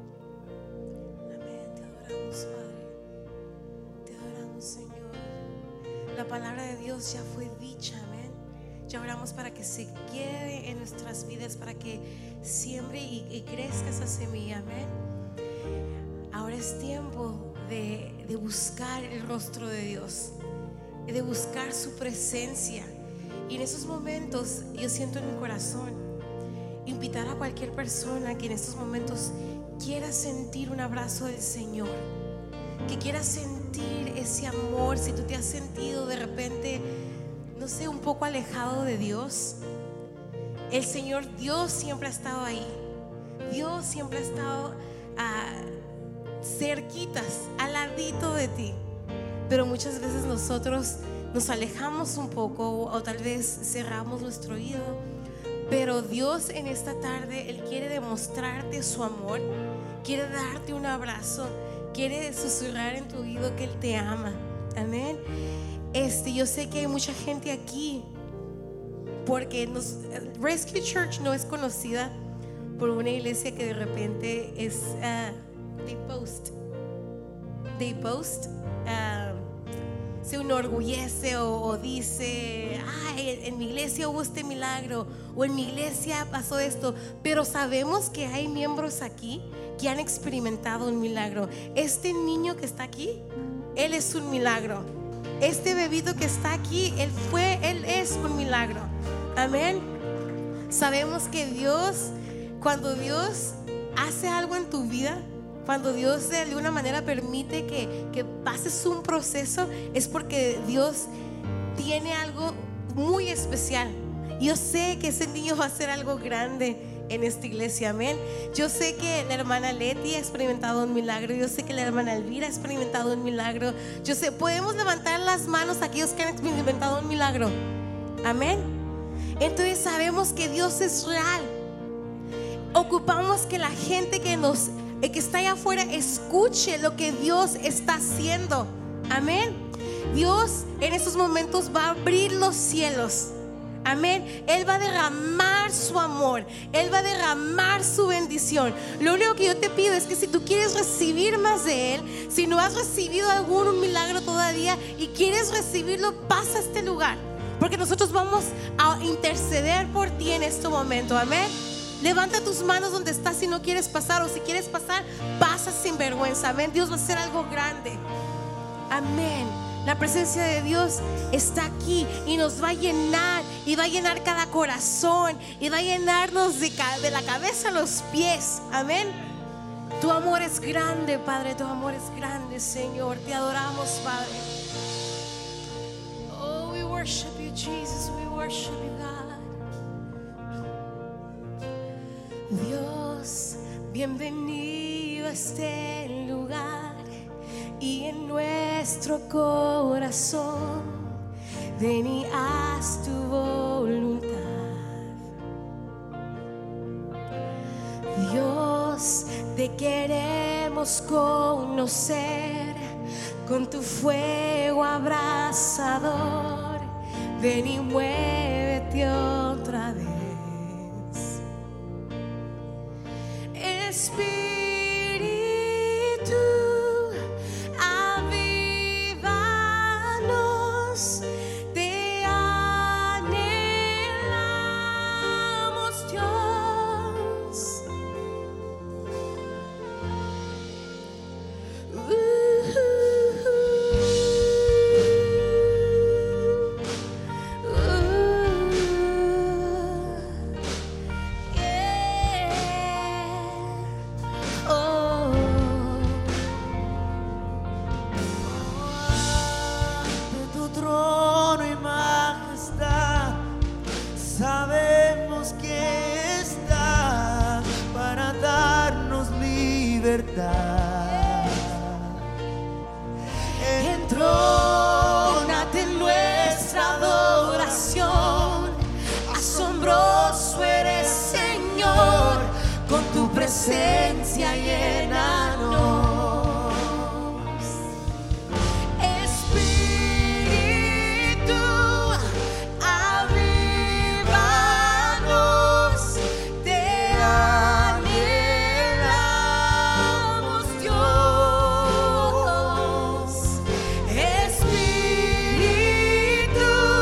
B: Dios ya fue dicha, amén. Ya oramos para que se quede en nuestras vidas, para que siembre y crezca esa semilla, amén. Ahora es tiempo de buscar el rostro de Dios, de buscar su presencia. Y en esos momentos yo siento en mi corazón invitar a cualquier persona que en estos momentos quiera sentir un abrazo del Señor, que quiera sentir ese amor. Si tú te has sentido de repente, no sé, un poco alejado de Dios, el Señor, Dios siempre ha estado ahí. Dios siempre ha estado cerquitas, al ladito de ti. Pero muchas veces nosotros nos alejamos un poco, o tal vez cerramos nuestro oído. Pero Dios en esta tarde, Él quiere demostrarte su amor, quiere darte un abrazo, quiere susurrar en tu oído que Él te ama. Amén. Yo sé que hay mucha gente aquí porque Rescue Church no es conocida por una iglesia que de repente es they boast, se enorgullece o dice: ay, en mi iglesia hubo este milagro, o en mi iglesia pasó esto. Pero sabemos que hay miembros aquí que han experimentado un milagro. Este niño que está aquí, él es un milagro. Este bebito que está aquí, él es un milagro. Amén. Sabemos que Dios, cuando Dios hace algo en tu vida, cuando Dios de alguna manera permite que pases un proceso, es porque Dios tiene algo muy especial. Yo sé que ese niño va a hacer algo grande en esta iglesia, amén. Yo sé que la hermana Leti ha experimentado un milagro. Yo sé que la hermana Elvira ha experimentado un milagro. Yo sé, podemos levantar las manos a aquellos que han experimentado un milagro, amén. Entonces sabemos que Dios es real. Ocupamos que la gente que está allá afuera escuche lo que Dios está haciendo, amén. Dios en estos momentos va a abrir los cielos, amén. Él va a derramar su amor, Él va a derramar su bendición. Lo único que yo te pido es que si tú quieres recibir más de Él, si no has recibido algún milagro todavía y quieres recibirlo, pasa a este lugar, porque nosotros vamos a interceder por ti en este momento, amén. Levanta tus manos donde estás si no quieres pasar, o si quieres pasar, pasa sin vergüenza, amén. Dios va a hacer algo grande, amén. La presencia de Dios está aquí y nos va a llenar, y va a llenar cada corazón, y va a llenarnos de la cabeza a los pies, amén. Tu amor es grande, Padre, tu amor es grande, Señor. Te adoramos, Padre. Oh, we worship you, Jesus, we worship you, God. Dios, bienvenido a este lugar y en nuestro corazón. Ven y haz tu voluntad. Dios, te queremos conocer con tu fuego abrasador. Ven y muévete otra vez. Espíritu, avívanos, te anhelamos, Dios.
C: Sabemos que estás para darnos libertad.
B: Entrónate en nuestra adoración. Asombroso eres, Señor, con tu presencia llénanos.
C: Espíritu,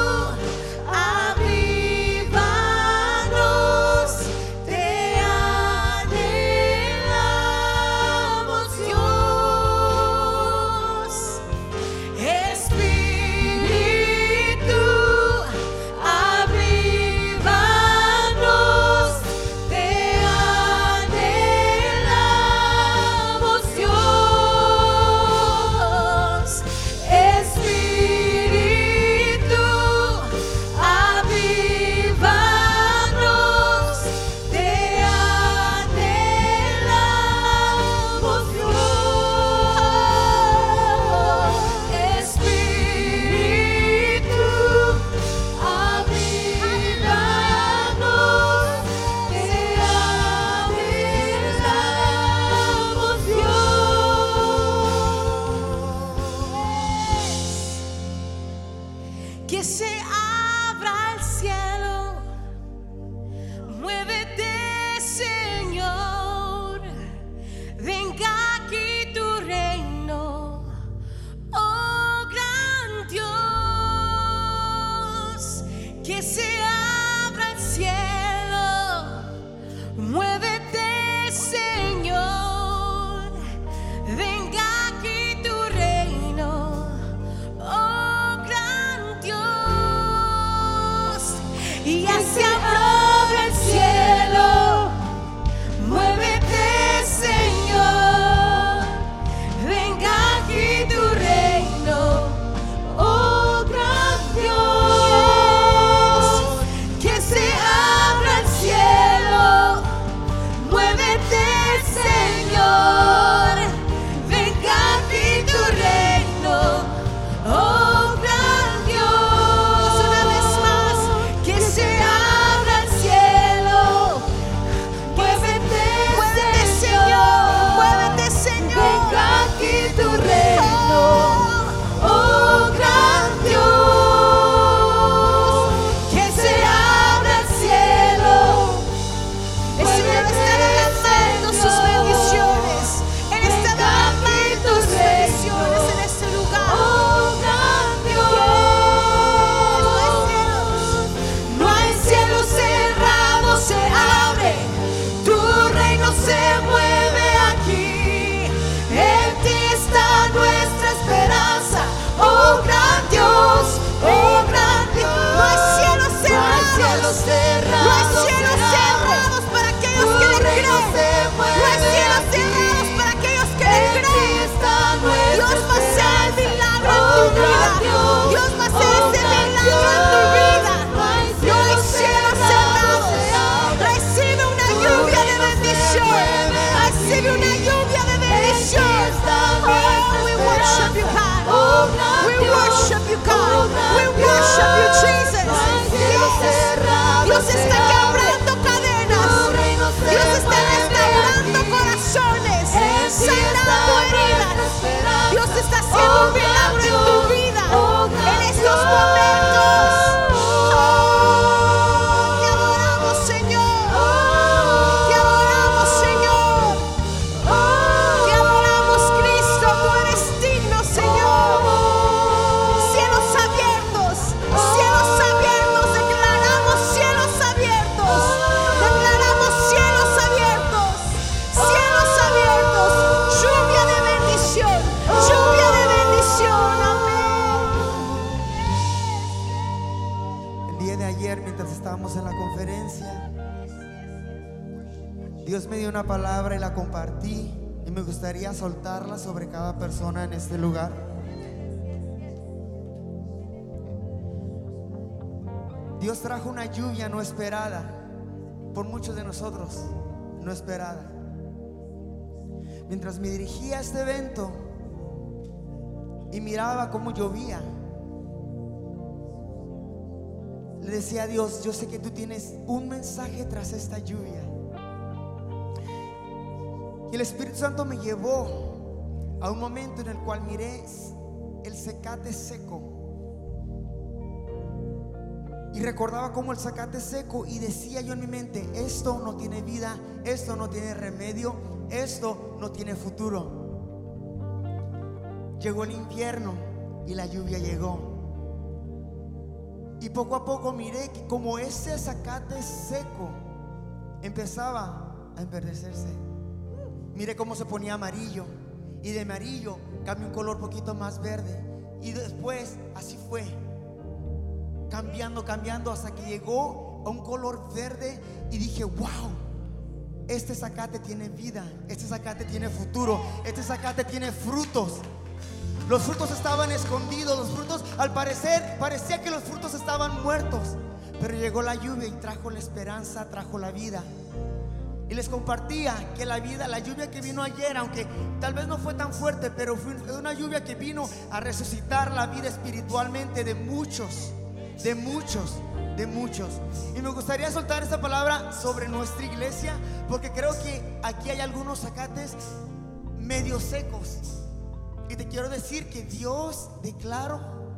B: se abra el cielo. Muévete, Señor, venga aquí tu reino, oh gran Dios, que se abra el cielo. Muévete, Señor, venga aquí tu reino, oh gran Dios, y ya se abrió el cielo. Muévete, Señor, venga aquí tu reino, oh gran Dios, que se abra el cielo. Muévete, Señor, venga aquí tu reino, oh gran Dios. Una vez más, que se abra el cielo. Muévete, Señor, muévete, Señor, venga aquí tu reino, oh gran Dios, que se abra el cielo. El Señor está derramando sus bendiciones. Él está derramando sus bendiciones en este lugar. Oh gran Dios, no hay cielos cerrados, se abre. Tu reino se mueve aquí. En ti está nuestra esperanza. Oh gran Dios, oh gran Dios. No hay cielos cerrados, no hay cielos cerrados para aquellos que le creen. No hay cielos cerrados para aquellos que le creen. Dios va a hacer el milagro en tu vida. Dios va a hacer ese milagro en tu vida. No hay cielos cerrados. Recibe una lluvia de bendición. Recibe una lluvia de bendición. Oh, we worship you, God. We worship you, God. We worship you, Jesus. Dios está quebrando cadenas. Dios está restaurando corazones, sanando heridas. Dios está haciendo un milagro en tu vida en estos momentos. Te adoramos, Señor. Te adoramos, Señor. Te adoramos, Cristo. Tú eres digno, Señor. Cielos abiertos, cielos abiertos. Declaramos cielos abiertos. Declaramos cielos abiertos. Cielos abiertos. Lluvia de bendición. Lluvia de bendición. Amén.
C: El día de ayer, mientras estábamos en la conferencia, Dios me dio una palabra y la compartí, y me gustaría soltarla sobre cada persona en este lugar. Dios trajo una lluvia no esperada por muchos de nosotros, no esperada. Mientras me dirigía a este evento y miraba cómo llovía, le decía a Dios: yo sé que tú tienes un mensaje tras esta lluvia. Y el Espíritu Santo me llevó a un momento en el cual miré el zacate seco, y recordaba cómo el zacate seco, y decía yo en mi mente: esto no tiene vida, esto no tiene remedio, esto no tiene futuro. Llegó el invierno y la lluvia llegó, y poco a poco miré que como ese zacate seco empezaba a enverdecerse, miré cómo se ponía amarillo, y de amarillo cambió un color poquito más verde, y después así fue cambiando hasta que llegó a un color verde. Y dije: wow, este zacate tiene vida, este zacate tiene futuro, este zacate tiene frutos. Los frutos estaban escondidos, los frutos al parecer parecía que los frutos estaban muertos, pero llegó la lluvia y trajo la esperanza, trajo la vida. Y les compartía que la lluvia que vino ayer, aunque tal vez no fue tan fuerte, pero fue una lluvia que vino a resucitar la vida espiritualmente de muchos. Y me gustaría soltar esta palabra sobre nuestra iglesia, porque creo que aquí hay algunos zacates medio secos, y te quiero decir que Dios declaró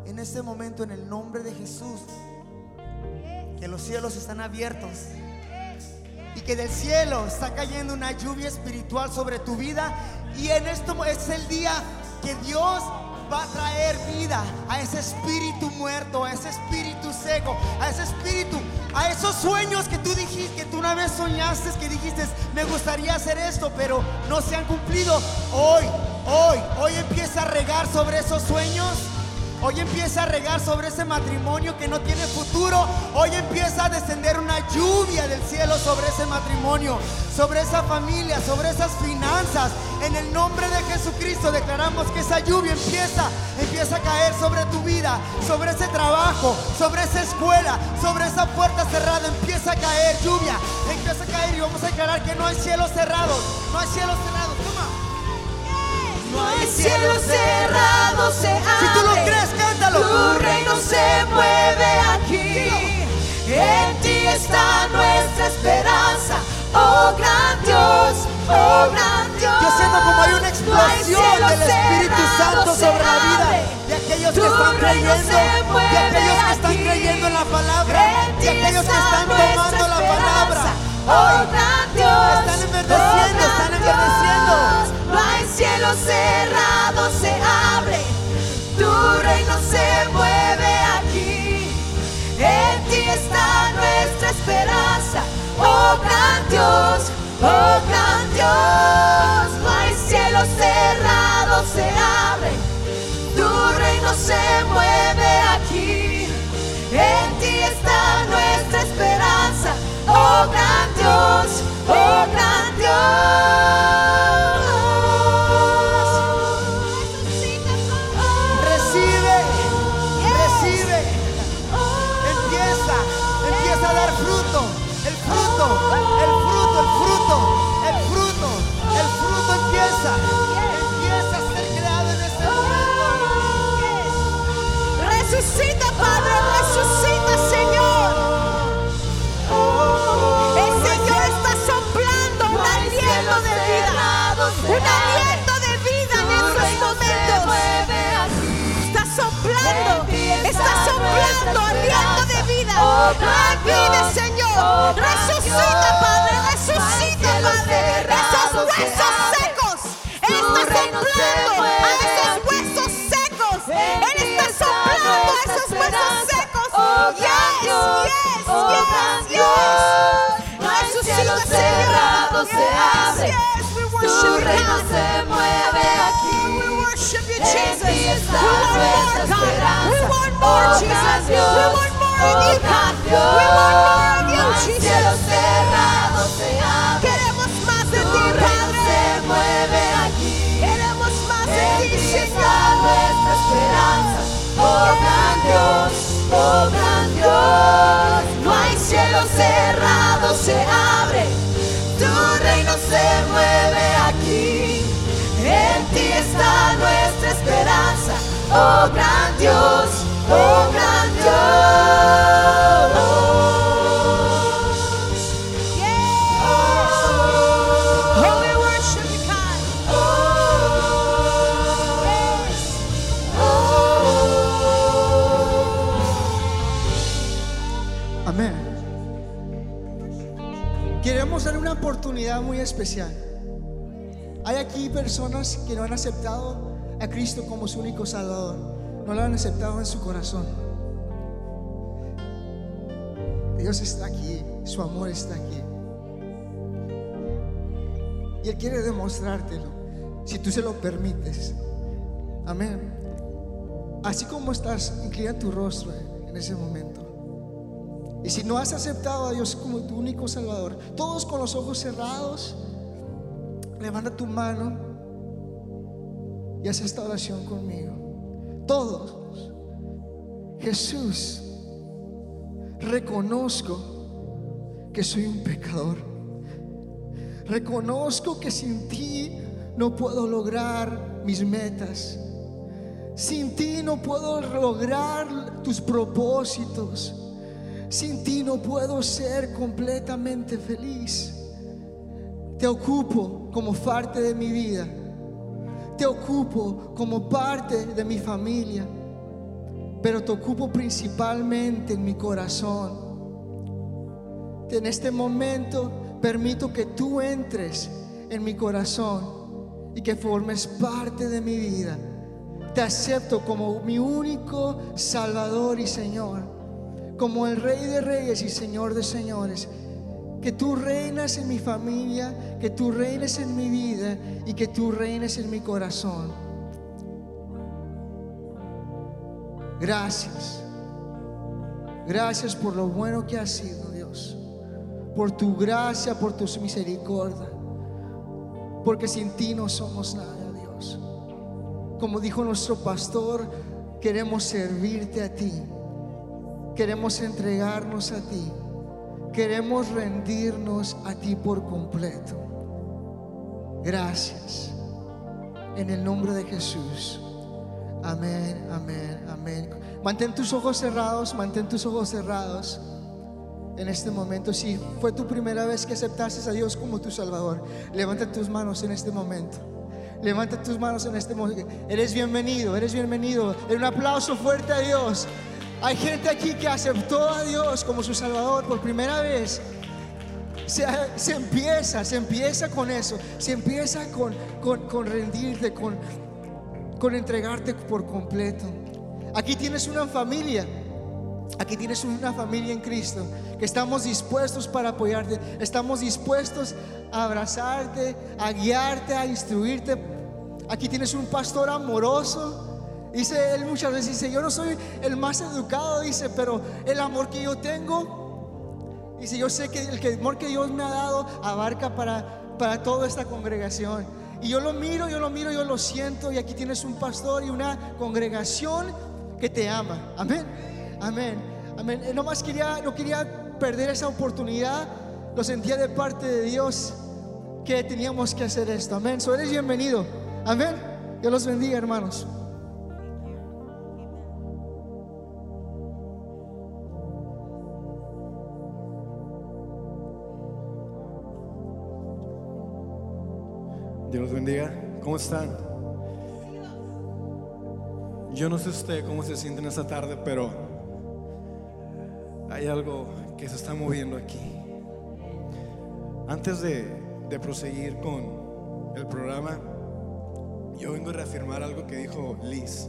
C: en este momento, en el nombre de Jesús, que los cielos están abiertos y que del cielo está cayendo una lluvia espiritual sobre tu vida. Y en esto es el día que Dios va a traer vida a ese espíritu muerto, a ese espíritu seco, a ese espíritu, a esos sueños que tú dijiste, que tú una vez soñaste, que dijiste, me gustaría hacer esto, pero no se han cumplido. Hoy empieza a regar sobre esos sueños. Hoy empieza a regar sobre ese matrimonio que no tiene futuro. Hoy empieza a descender una lluvia del cielo sobre ese matrimonio, sobre esa familia, sobre esas finanzas. En el nombre de Jesucristo declaramos que esa lluvia empieza a caer sobre tu vida, sobre ese trabajo, sobre esa escuela, sobre esa puerta cerrada. Empieza a caer lluvia, empieza a caer, y vamos a declarar que no hay cielos cerrados. No hay cielos cerrados. Toma.
B: No hay cielo cerrado, se abre.
C: Si tú lo crees, cántalo.
B: Tu reino se mueve aquí. En ti está nuestra esperanza. Oh gran Dios, oh gran Dios.
C: Yo siento como hay una explosión del Espíritu Santo sobre la vida de aquellos que están creyendo, de aquellos que están creyendo en la palabra, de aquellos que están tomando la palabra. Hoy están enverdeciendo, están enverdeciendo.
B: No hay cielo cerrado, se abre. Tu reino se mueve aquí. En ti está nuestra esperanza. Oh gran Dios, oh gran Dios. No hay cielo cerrado, se abre. Tu reino se mueve aquí. En ti está nuestra esperanza. Oh gran Dios, oh gran Dios.
C: Recibe. Empieza a dar fruto. El fruto empieza a ser creado en este momento.
B: Resucita, Padre, resucita, Señor. El Señor está soplando un aliento de vida, un aliento de vida en estos momentos. Está soplando aliento de vida. Revive, Señor. Resucita, Padre, resucita, Padre. Esos huesos secos. Él está soplando a esos huesos secos. Él está soplando a esos huesos secos. Yes.
D: No hay cielo cerrado, se abre. Tu reino se mueve aquí. En ti está nuestra esperanza. Oh gran Dios, oh gran Dios. No hay cielo cerrado, se abre.
B: Queremos más de
D: Tu
B: ti,
D: reino
B: Padre.
D: se mueve aquí.
B: Queremos más de
D: En
B: ti,
D: ti está
B: Señor.
D: nuestra esperanza. Oh gran Dios, oh gran Dios. No hay cielo cerrado, se abre. Tu reino se mueve aquí. En ti está nuestra esperanza. Oh gran Dios, oh gran Dios.
B: Oh, we worship you, God.
E: Amén. Queremos dar una oportunidad muy especial. Hay aquí personas que no han aceptado a Cristo como su único Salvador. No lo han aceptado en su corazón. Dios está aquí, su amor está aquí. Y Él quiere demostrártelo, si tú se lo permites. Amén. Así como estás, inclina tu rostro en ese momento. Y si no has aceptado a Dios como tu único Salvador, todos con los ojos cerrados, levanta tu mano y haz esta oración conmigo. Todos. Jesús, reconozco que soy un pecador. Reconozco que sin ti no puedo lograr mis metas. Sin ti no puedo lograr tus propósitos. Sin ti no puedo ser completamente feliz. Te ocupo como parte de mi vida. Te ocupo como parte de mi familia. pero te ocupo principalmente en mi corazón. En este momento permito que tú entres en mi corazón y que formes parte de mi vida. Te acepto como mi único Salvador y Señor, como el Rey de Reyes y Señor de Señores. Que tú reinas en mi familia, que tú reines en mi vida y que tú reines en mi corazón. Gracias. Gracias por lo bueno que has sido, Dios. Por tu gracia, por tu misericordia. Porque sin ti no somos nada, Dios. Como dijo nuestro pastor, queremos servirte a ti. Queremos entregarnos a ti. Queremos rendirnos a ti por completo. Gracias. En el nombre de Jesús. Amén, amén, amén. Mantén tus ojos cerrados, mantén tus ojos cerrados. En este momento, si fue tu primera vez que aceptaste a Dios como tu Salvador, levanta tus manos en este momento. Levanta tus manos en este momento. Eres bienvenido, eres bienvenido. Un aplauso fuerte a Dios. Hay gente aquí que aceptó a Dios como su Salvador por primera vez. Se empieza con eso. Se empieza con rendirte, con entregarte por completo. Aquí tienes una familia. Aquí tienes una familia en Cristo que estamos dispuestos para apoyarte. Estamos dispuestos a abrazarte, a guiarte, a instruirte. Aquí tienes un pastor amoroso. Dice él muchas veces, dice, yo no soy el más educado, dice, pero el amor que yo tengo, dice, yo sé que el amor que Dios me ha dado abarca para toda esta congregación. Y yo lo miro, yo lo siento. Y aquí tienes un pastor y una congregación que te ama. Amén, amén, amén. No quería perder esa oportunidad. Lo sentía de parte de Dios que teníamos que hacer esto. Amén. So eres bienvenido. Amén. Dios los bendiga, hermanos.
F: Dios los bendiga. ¿Cómo están? Yo no sé usted cómo se siente en esta tarde, pero hay algo que se está moviendo aquí. Antes de proseguir con el programa, yo vengo a reafirmar algo que dijo Liz.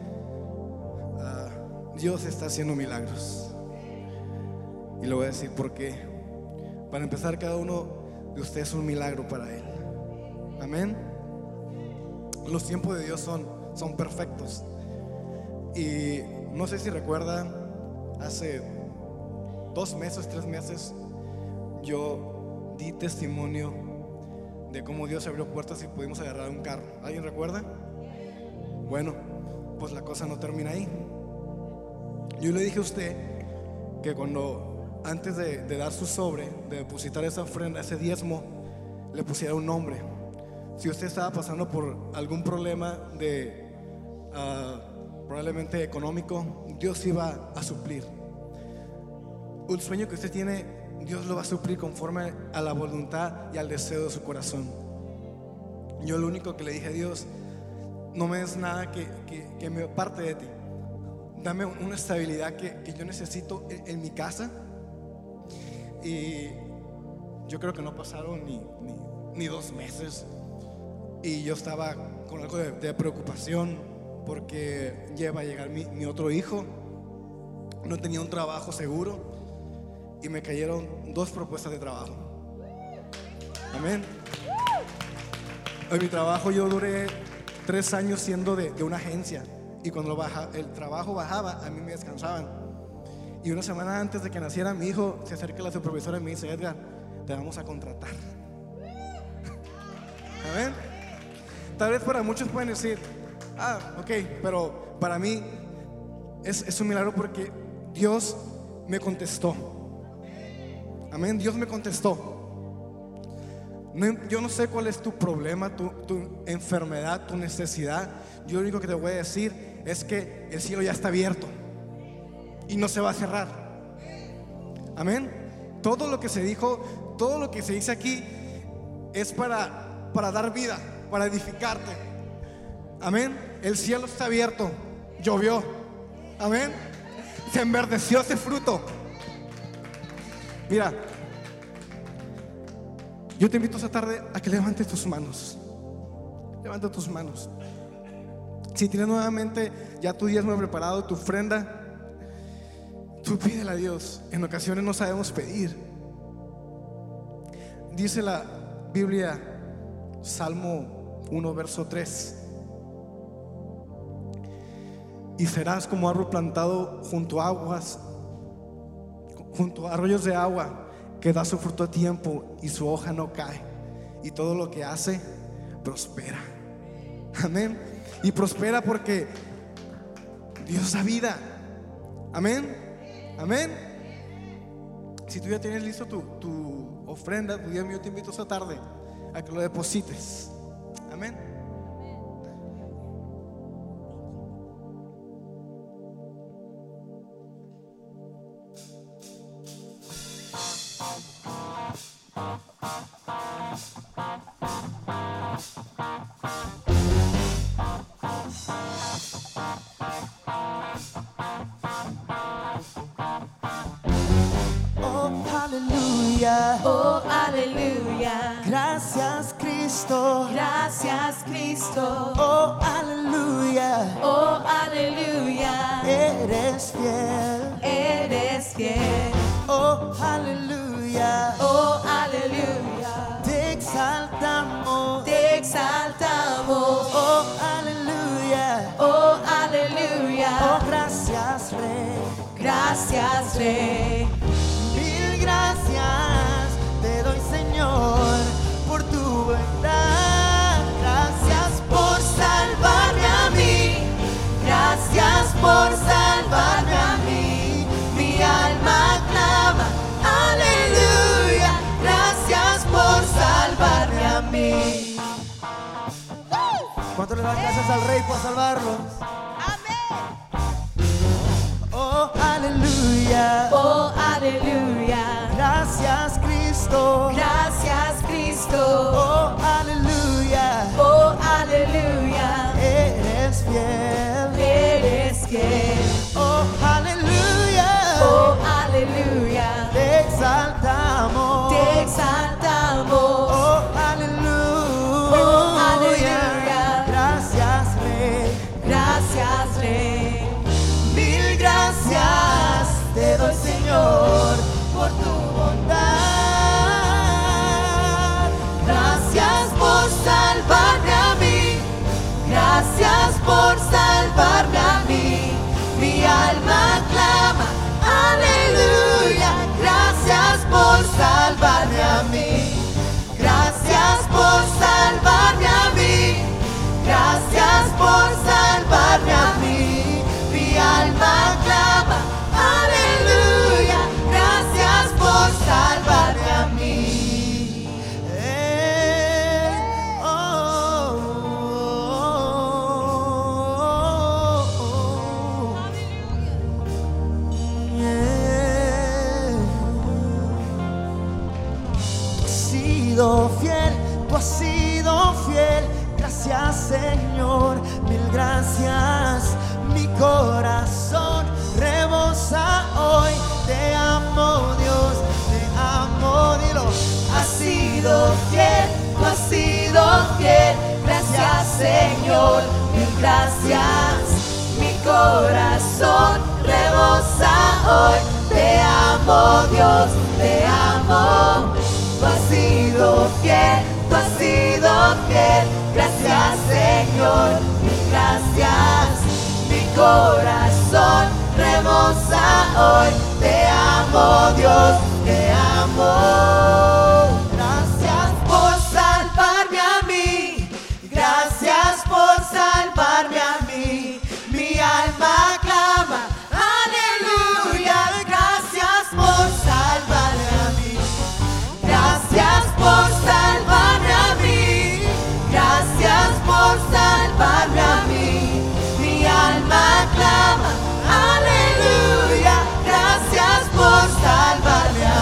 F: Dios está haciendo milagros. Y le voy a decir por qué. Para empezar, cada uno de ustedes es un milagro para Él. Amén. Los tiempos de Dios son perfectos. Y no sé si recuerdan, hace 2 meses, 3 meses, yo di testimonio de cómo Dios abrió puertas y pudimos agarrar un carro. ¿Alguien recuerda? Bueno, pues la cosa no termina ahí. Yo le dije a usted que cuando antes de dar su sobre, de depositar esa ofrenda, ese diezmo, le pusiera un nombre. Si usted estaba pasando por algún problema de probablemente económico, Dios iba a suplir. Un sueño que usted tiene, Dios lo va a suplir conforme a la voluntad y al deseo de su corazón. Yo lo único que le dije a Dios, no me des nada que me parte de ti. Dame una estabilidad que yo necesito en mi casa. Y yo creo que no pasaron ni 2 meses y yo estaba con algo de preocupación porque ya iba a llegar mi otro hijo. No tenía un trabajo seguro y me cayeron 2 propuestas de trabajo. Amén. En mi trabajo yo duré 3 años siendo de una agencia, y cuando el trabajo bajaba, a mí me descansaban. Y una semana antes de que naciera mi hijo, se acerca la supervisora y me dice: Edgar, te vamos a contratar. Amén. Tal vez para muchos pueden decir: ok, pero para mí es un milagro porque Dios me contestó. Amén, Dios me contestó. Yo no sé cuál es tu problema, tu enfermedad, tu necesidad. Yo lo único que te voy a decir es que el cielo ya está abierto y no se va a cerrar. Amén. Todo lo que se dijo, todo lo que se dice aquí es para dar vida, para edificarte. Amén. El cielo está abierto, llovió. Amén. Se enverdeció ese fruto. Mira, yo te invito esta tarde a que levantes tus manos. Levanta tus manos. Si tienes nuevamente ya tu diezmo preparado, tu ofrenda, tú pídele a Dios. En ocasiones no sabemos pedir. Dice la Biblia, Salmo 1, verso 3: y serás como árbol plantado junto a aguas, junto a arroyos de agua, que da su fruto a tiempo y su hoja no cae, y todo lo que hace prospera. Amén. Y prospera porque Dios da vida. Amén. Amén. Si tú ya tienes listo tu ofrenda, tu diezmo, yo te invito esta tarde a que lo deposites. Amén.
C: Oh, aleluya.
B: Oh, aleluya.
C: Gracias, Cristo.
B: Gracias, Cristo.
C: Oh, aleluya.
B: Oh, aleluya.
C: Eres fiel.
B: Eres fiel.
C: Oh, aleluya.
B: Oh, aleluya.
C: Te exaltamos.
B: Te exaltamos.
C: Oh, aleluya.
B: Oh,
C: Oh,
B: aleluya.
C: gracias, Rey.
B: Gracias, Rey.
C: Mil gracias te doy, Señor, por tu bondad. Gracias por salvarme a mí. Gracias por salvarme a mí. Mi alma clama, aleluya. Gracias por salvarme a mí. ¿Cuánto le dan gracias al Rey por salvarlos? Oh, aleluya.
B: Oh, aleluya.
C: Gracias, Cristo.
B: Gracias, Cristo.
C: Oh, aleluya.
B: Oh, aleluya.
C: Eres fiel.
B: Eres fiel.
C: Oh, aleluya.
B: Oh, aleluya.
C: Te exaltamos.
B: Te exaltamos.
C: Oh, aleluya.
B: Oh, aleluya.
C: Gracias, Rey.
B: Gracias, Rey.
C: Mil gracias te doy, Señor, por tu bondad. Gracias por salvarme a mí. Gracias por salvarme a mí. Mi alma clama, aleluya. Gracias por salvarme a mí. Gracias por salvarme a mí. Gracias por salvarme a mí. Mi alma clama, aleluya. Gracias por salvarme a mí. Tú has sido fiel. Gracias, Señor, mil gracias. Mi corazón rebosa hoy. Te amo, Dios, te amo, dilo. Has sido fiel, tú has sido fiel. Gracias, Señor, mil gracias. Mi corazón rebosa hoy. Te amo, Dios, te amo. Tú has sido fiel, tú has sido fiel. Gracias, Señor, mil gracias. Mi corazón rebosa hoy. Te amo, Dios, te amo. Gracias por salvarme a mí. Gracias por salvarme a mí. Mi alma clama, aleluya. Gracias por salvarme a mí. Gracias por salvarme a mí. Gracias por salvarme a mí. Mi alma clama, aleluya. Gracias por salvarme a mí.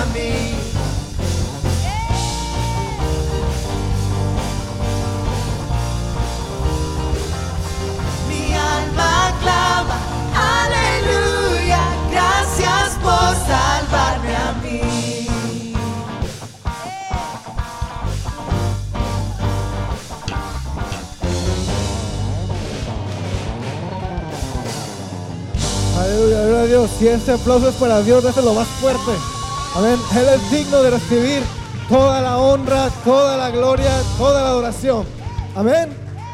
A: Dios. Si este aplauso es para Dios, déselo más fuerte. Amén. Él es digno de recibir toda la honra, toda la gloria, toda la adoración. Amén.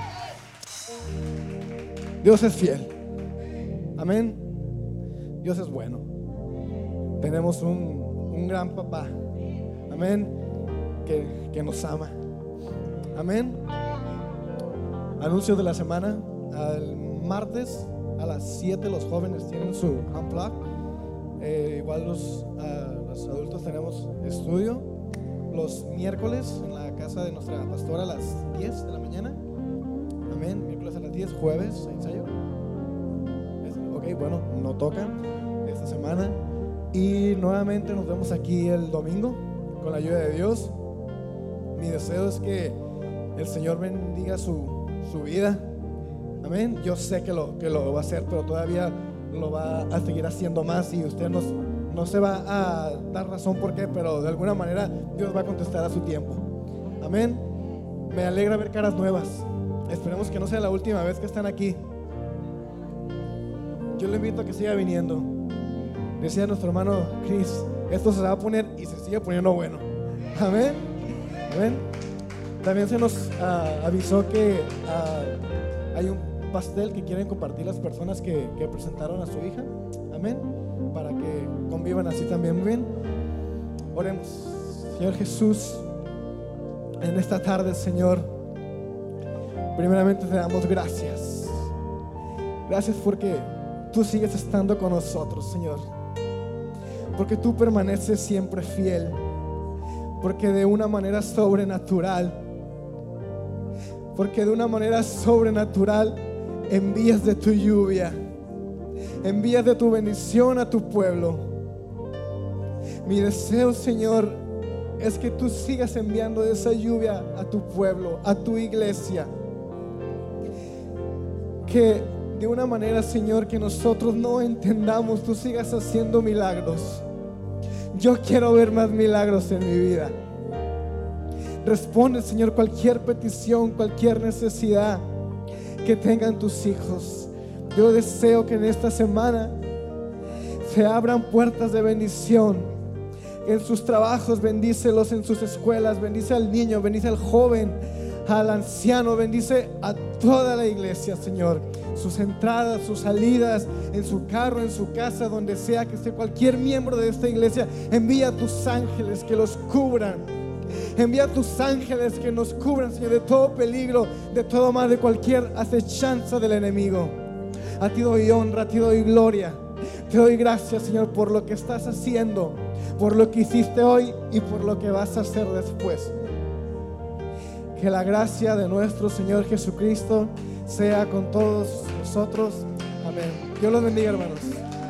A: Dios es fiel. Amén. Dios es bueno. Tenemos un gran papá. Amén. Que nos ama. Amén. Anuncio de la semana. El martes a las 7 los jóvenes tienen su unplug. Igual los adultos tenemos estudio. Los miércoles en la casa de nuestra pastora a las 10 de la mañana. Amén. Miércoles a las 10, jueves ensayo. Ok, bueno, no tocan esta semana. Y nuevamente nos vemos aquí el domingo con la ayuda de Dios. Mi deseo es que el Señor bendiga su vida. Amén. Yo sé que lo va a hacer, pero todavía lo va a seguir haciendo más. Y usted no se va a dar razón por qué, pero de alguna manera Dios va a contestar a su tiempo. Amén. Me alegra ver caras nuevas. Esperemos que no sea la última vez que están aquí. Yo le invito a que siga viniendo. Decía nuestro hermano Chris, esto se va a poner y se sigue poniendo bueno. Amén. Amén. También se nos avisó que hay un pastel que quieren compartir las personas que presentaron a su hija. Amén. Para que convivan así también. Muy bien. Oremos. Señor Jesús, en esta tarde, Señor, primeramente te damos gracias. Gracias porque tú sigues estando con nosotros, Señor. Porque tú permaneces siempre fiel. Porque de una manera sobrenatural, envías de tu lluvia, envías de tu bendición a tu pueblo. Mi deseo, Señor, es que tú sigas enviando esa lluvia a tu pueblo, a tu iglesia. Que de una manera, Señor, que nosotros no entendamos, tú sigas haciendo milagros. Yo quiero ver más milagros en mi vida. Responde, Señor, cualquier petición, cualquier necesidad que tengan tus hijos. Yo deseo que en esta semana se abran puertas de bendición. En sus trabajos, bendícelos. En sus escuelas, bendice al niño, bendice al joven, al anciano, bendice a toda la iglesia, Señor. Sus entradas, sus salidas, en su carro, en su casa, donde sea que esté cualquier miembro de esta iglesia. Envía a tus ángeles que los cubran. Envía a tus ángeles que nos cubran, Señor, de todo peligro, de todo mal, de cualquier acechanza del enemigo. A ti doy honra, a ti doy gloria. Te doy gracias, Señor, por lo que estás haciendo, por lo que hiciste hoy y por lo que vas a hacer después. Que la gracia de nuestro Señor Jesucristo sea con todos nosotros. Amén. Dios los bendiga, hermanos.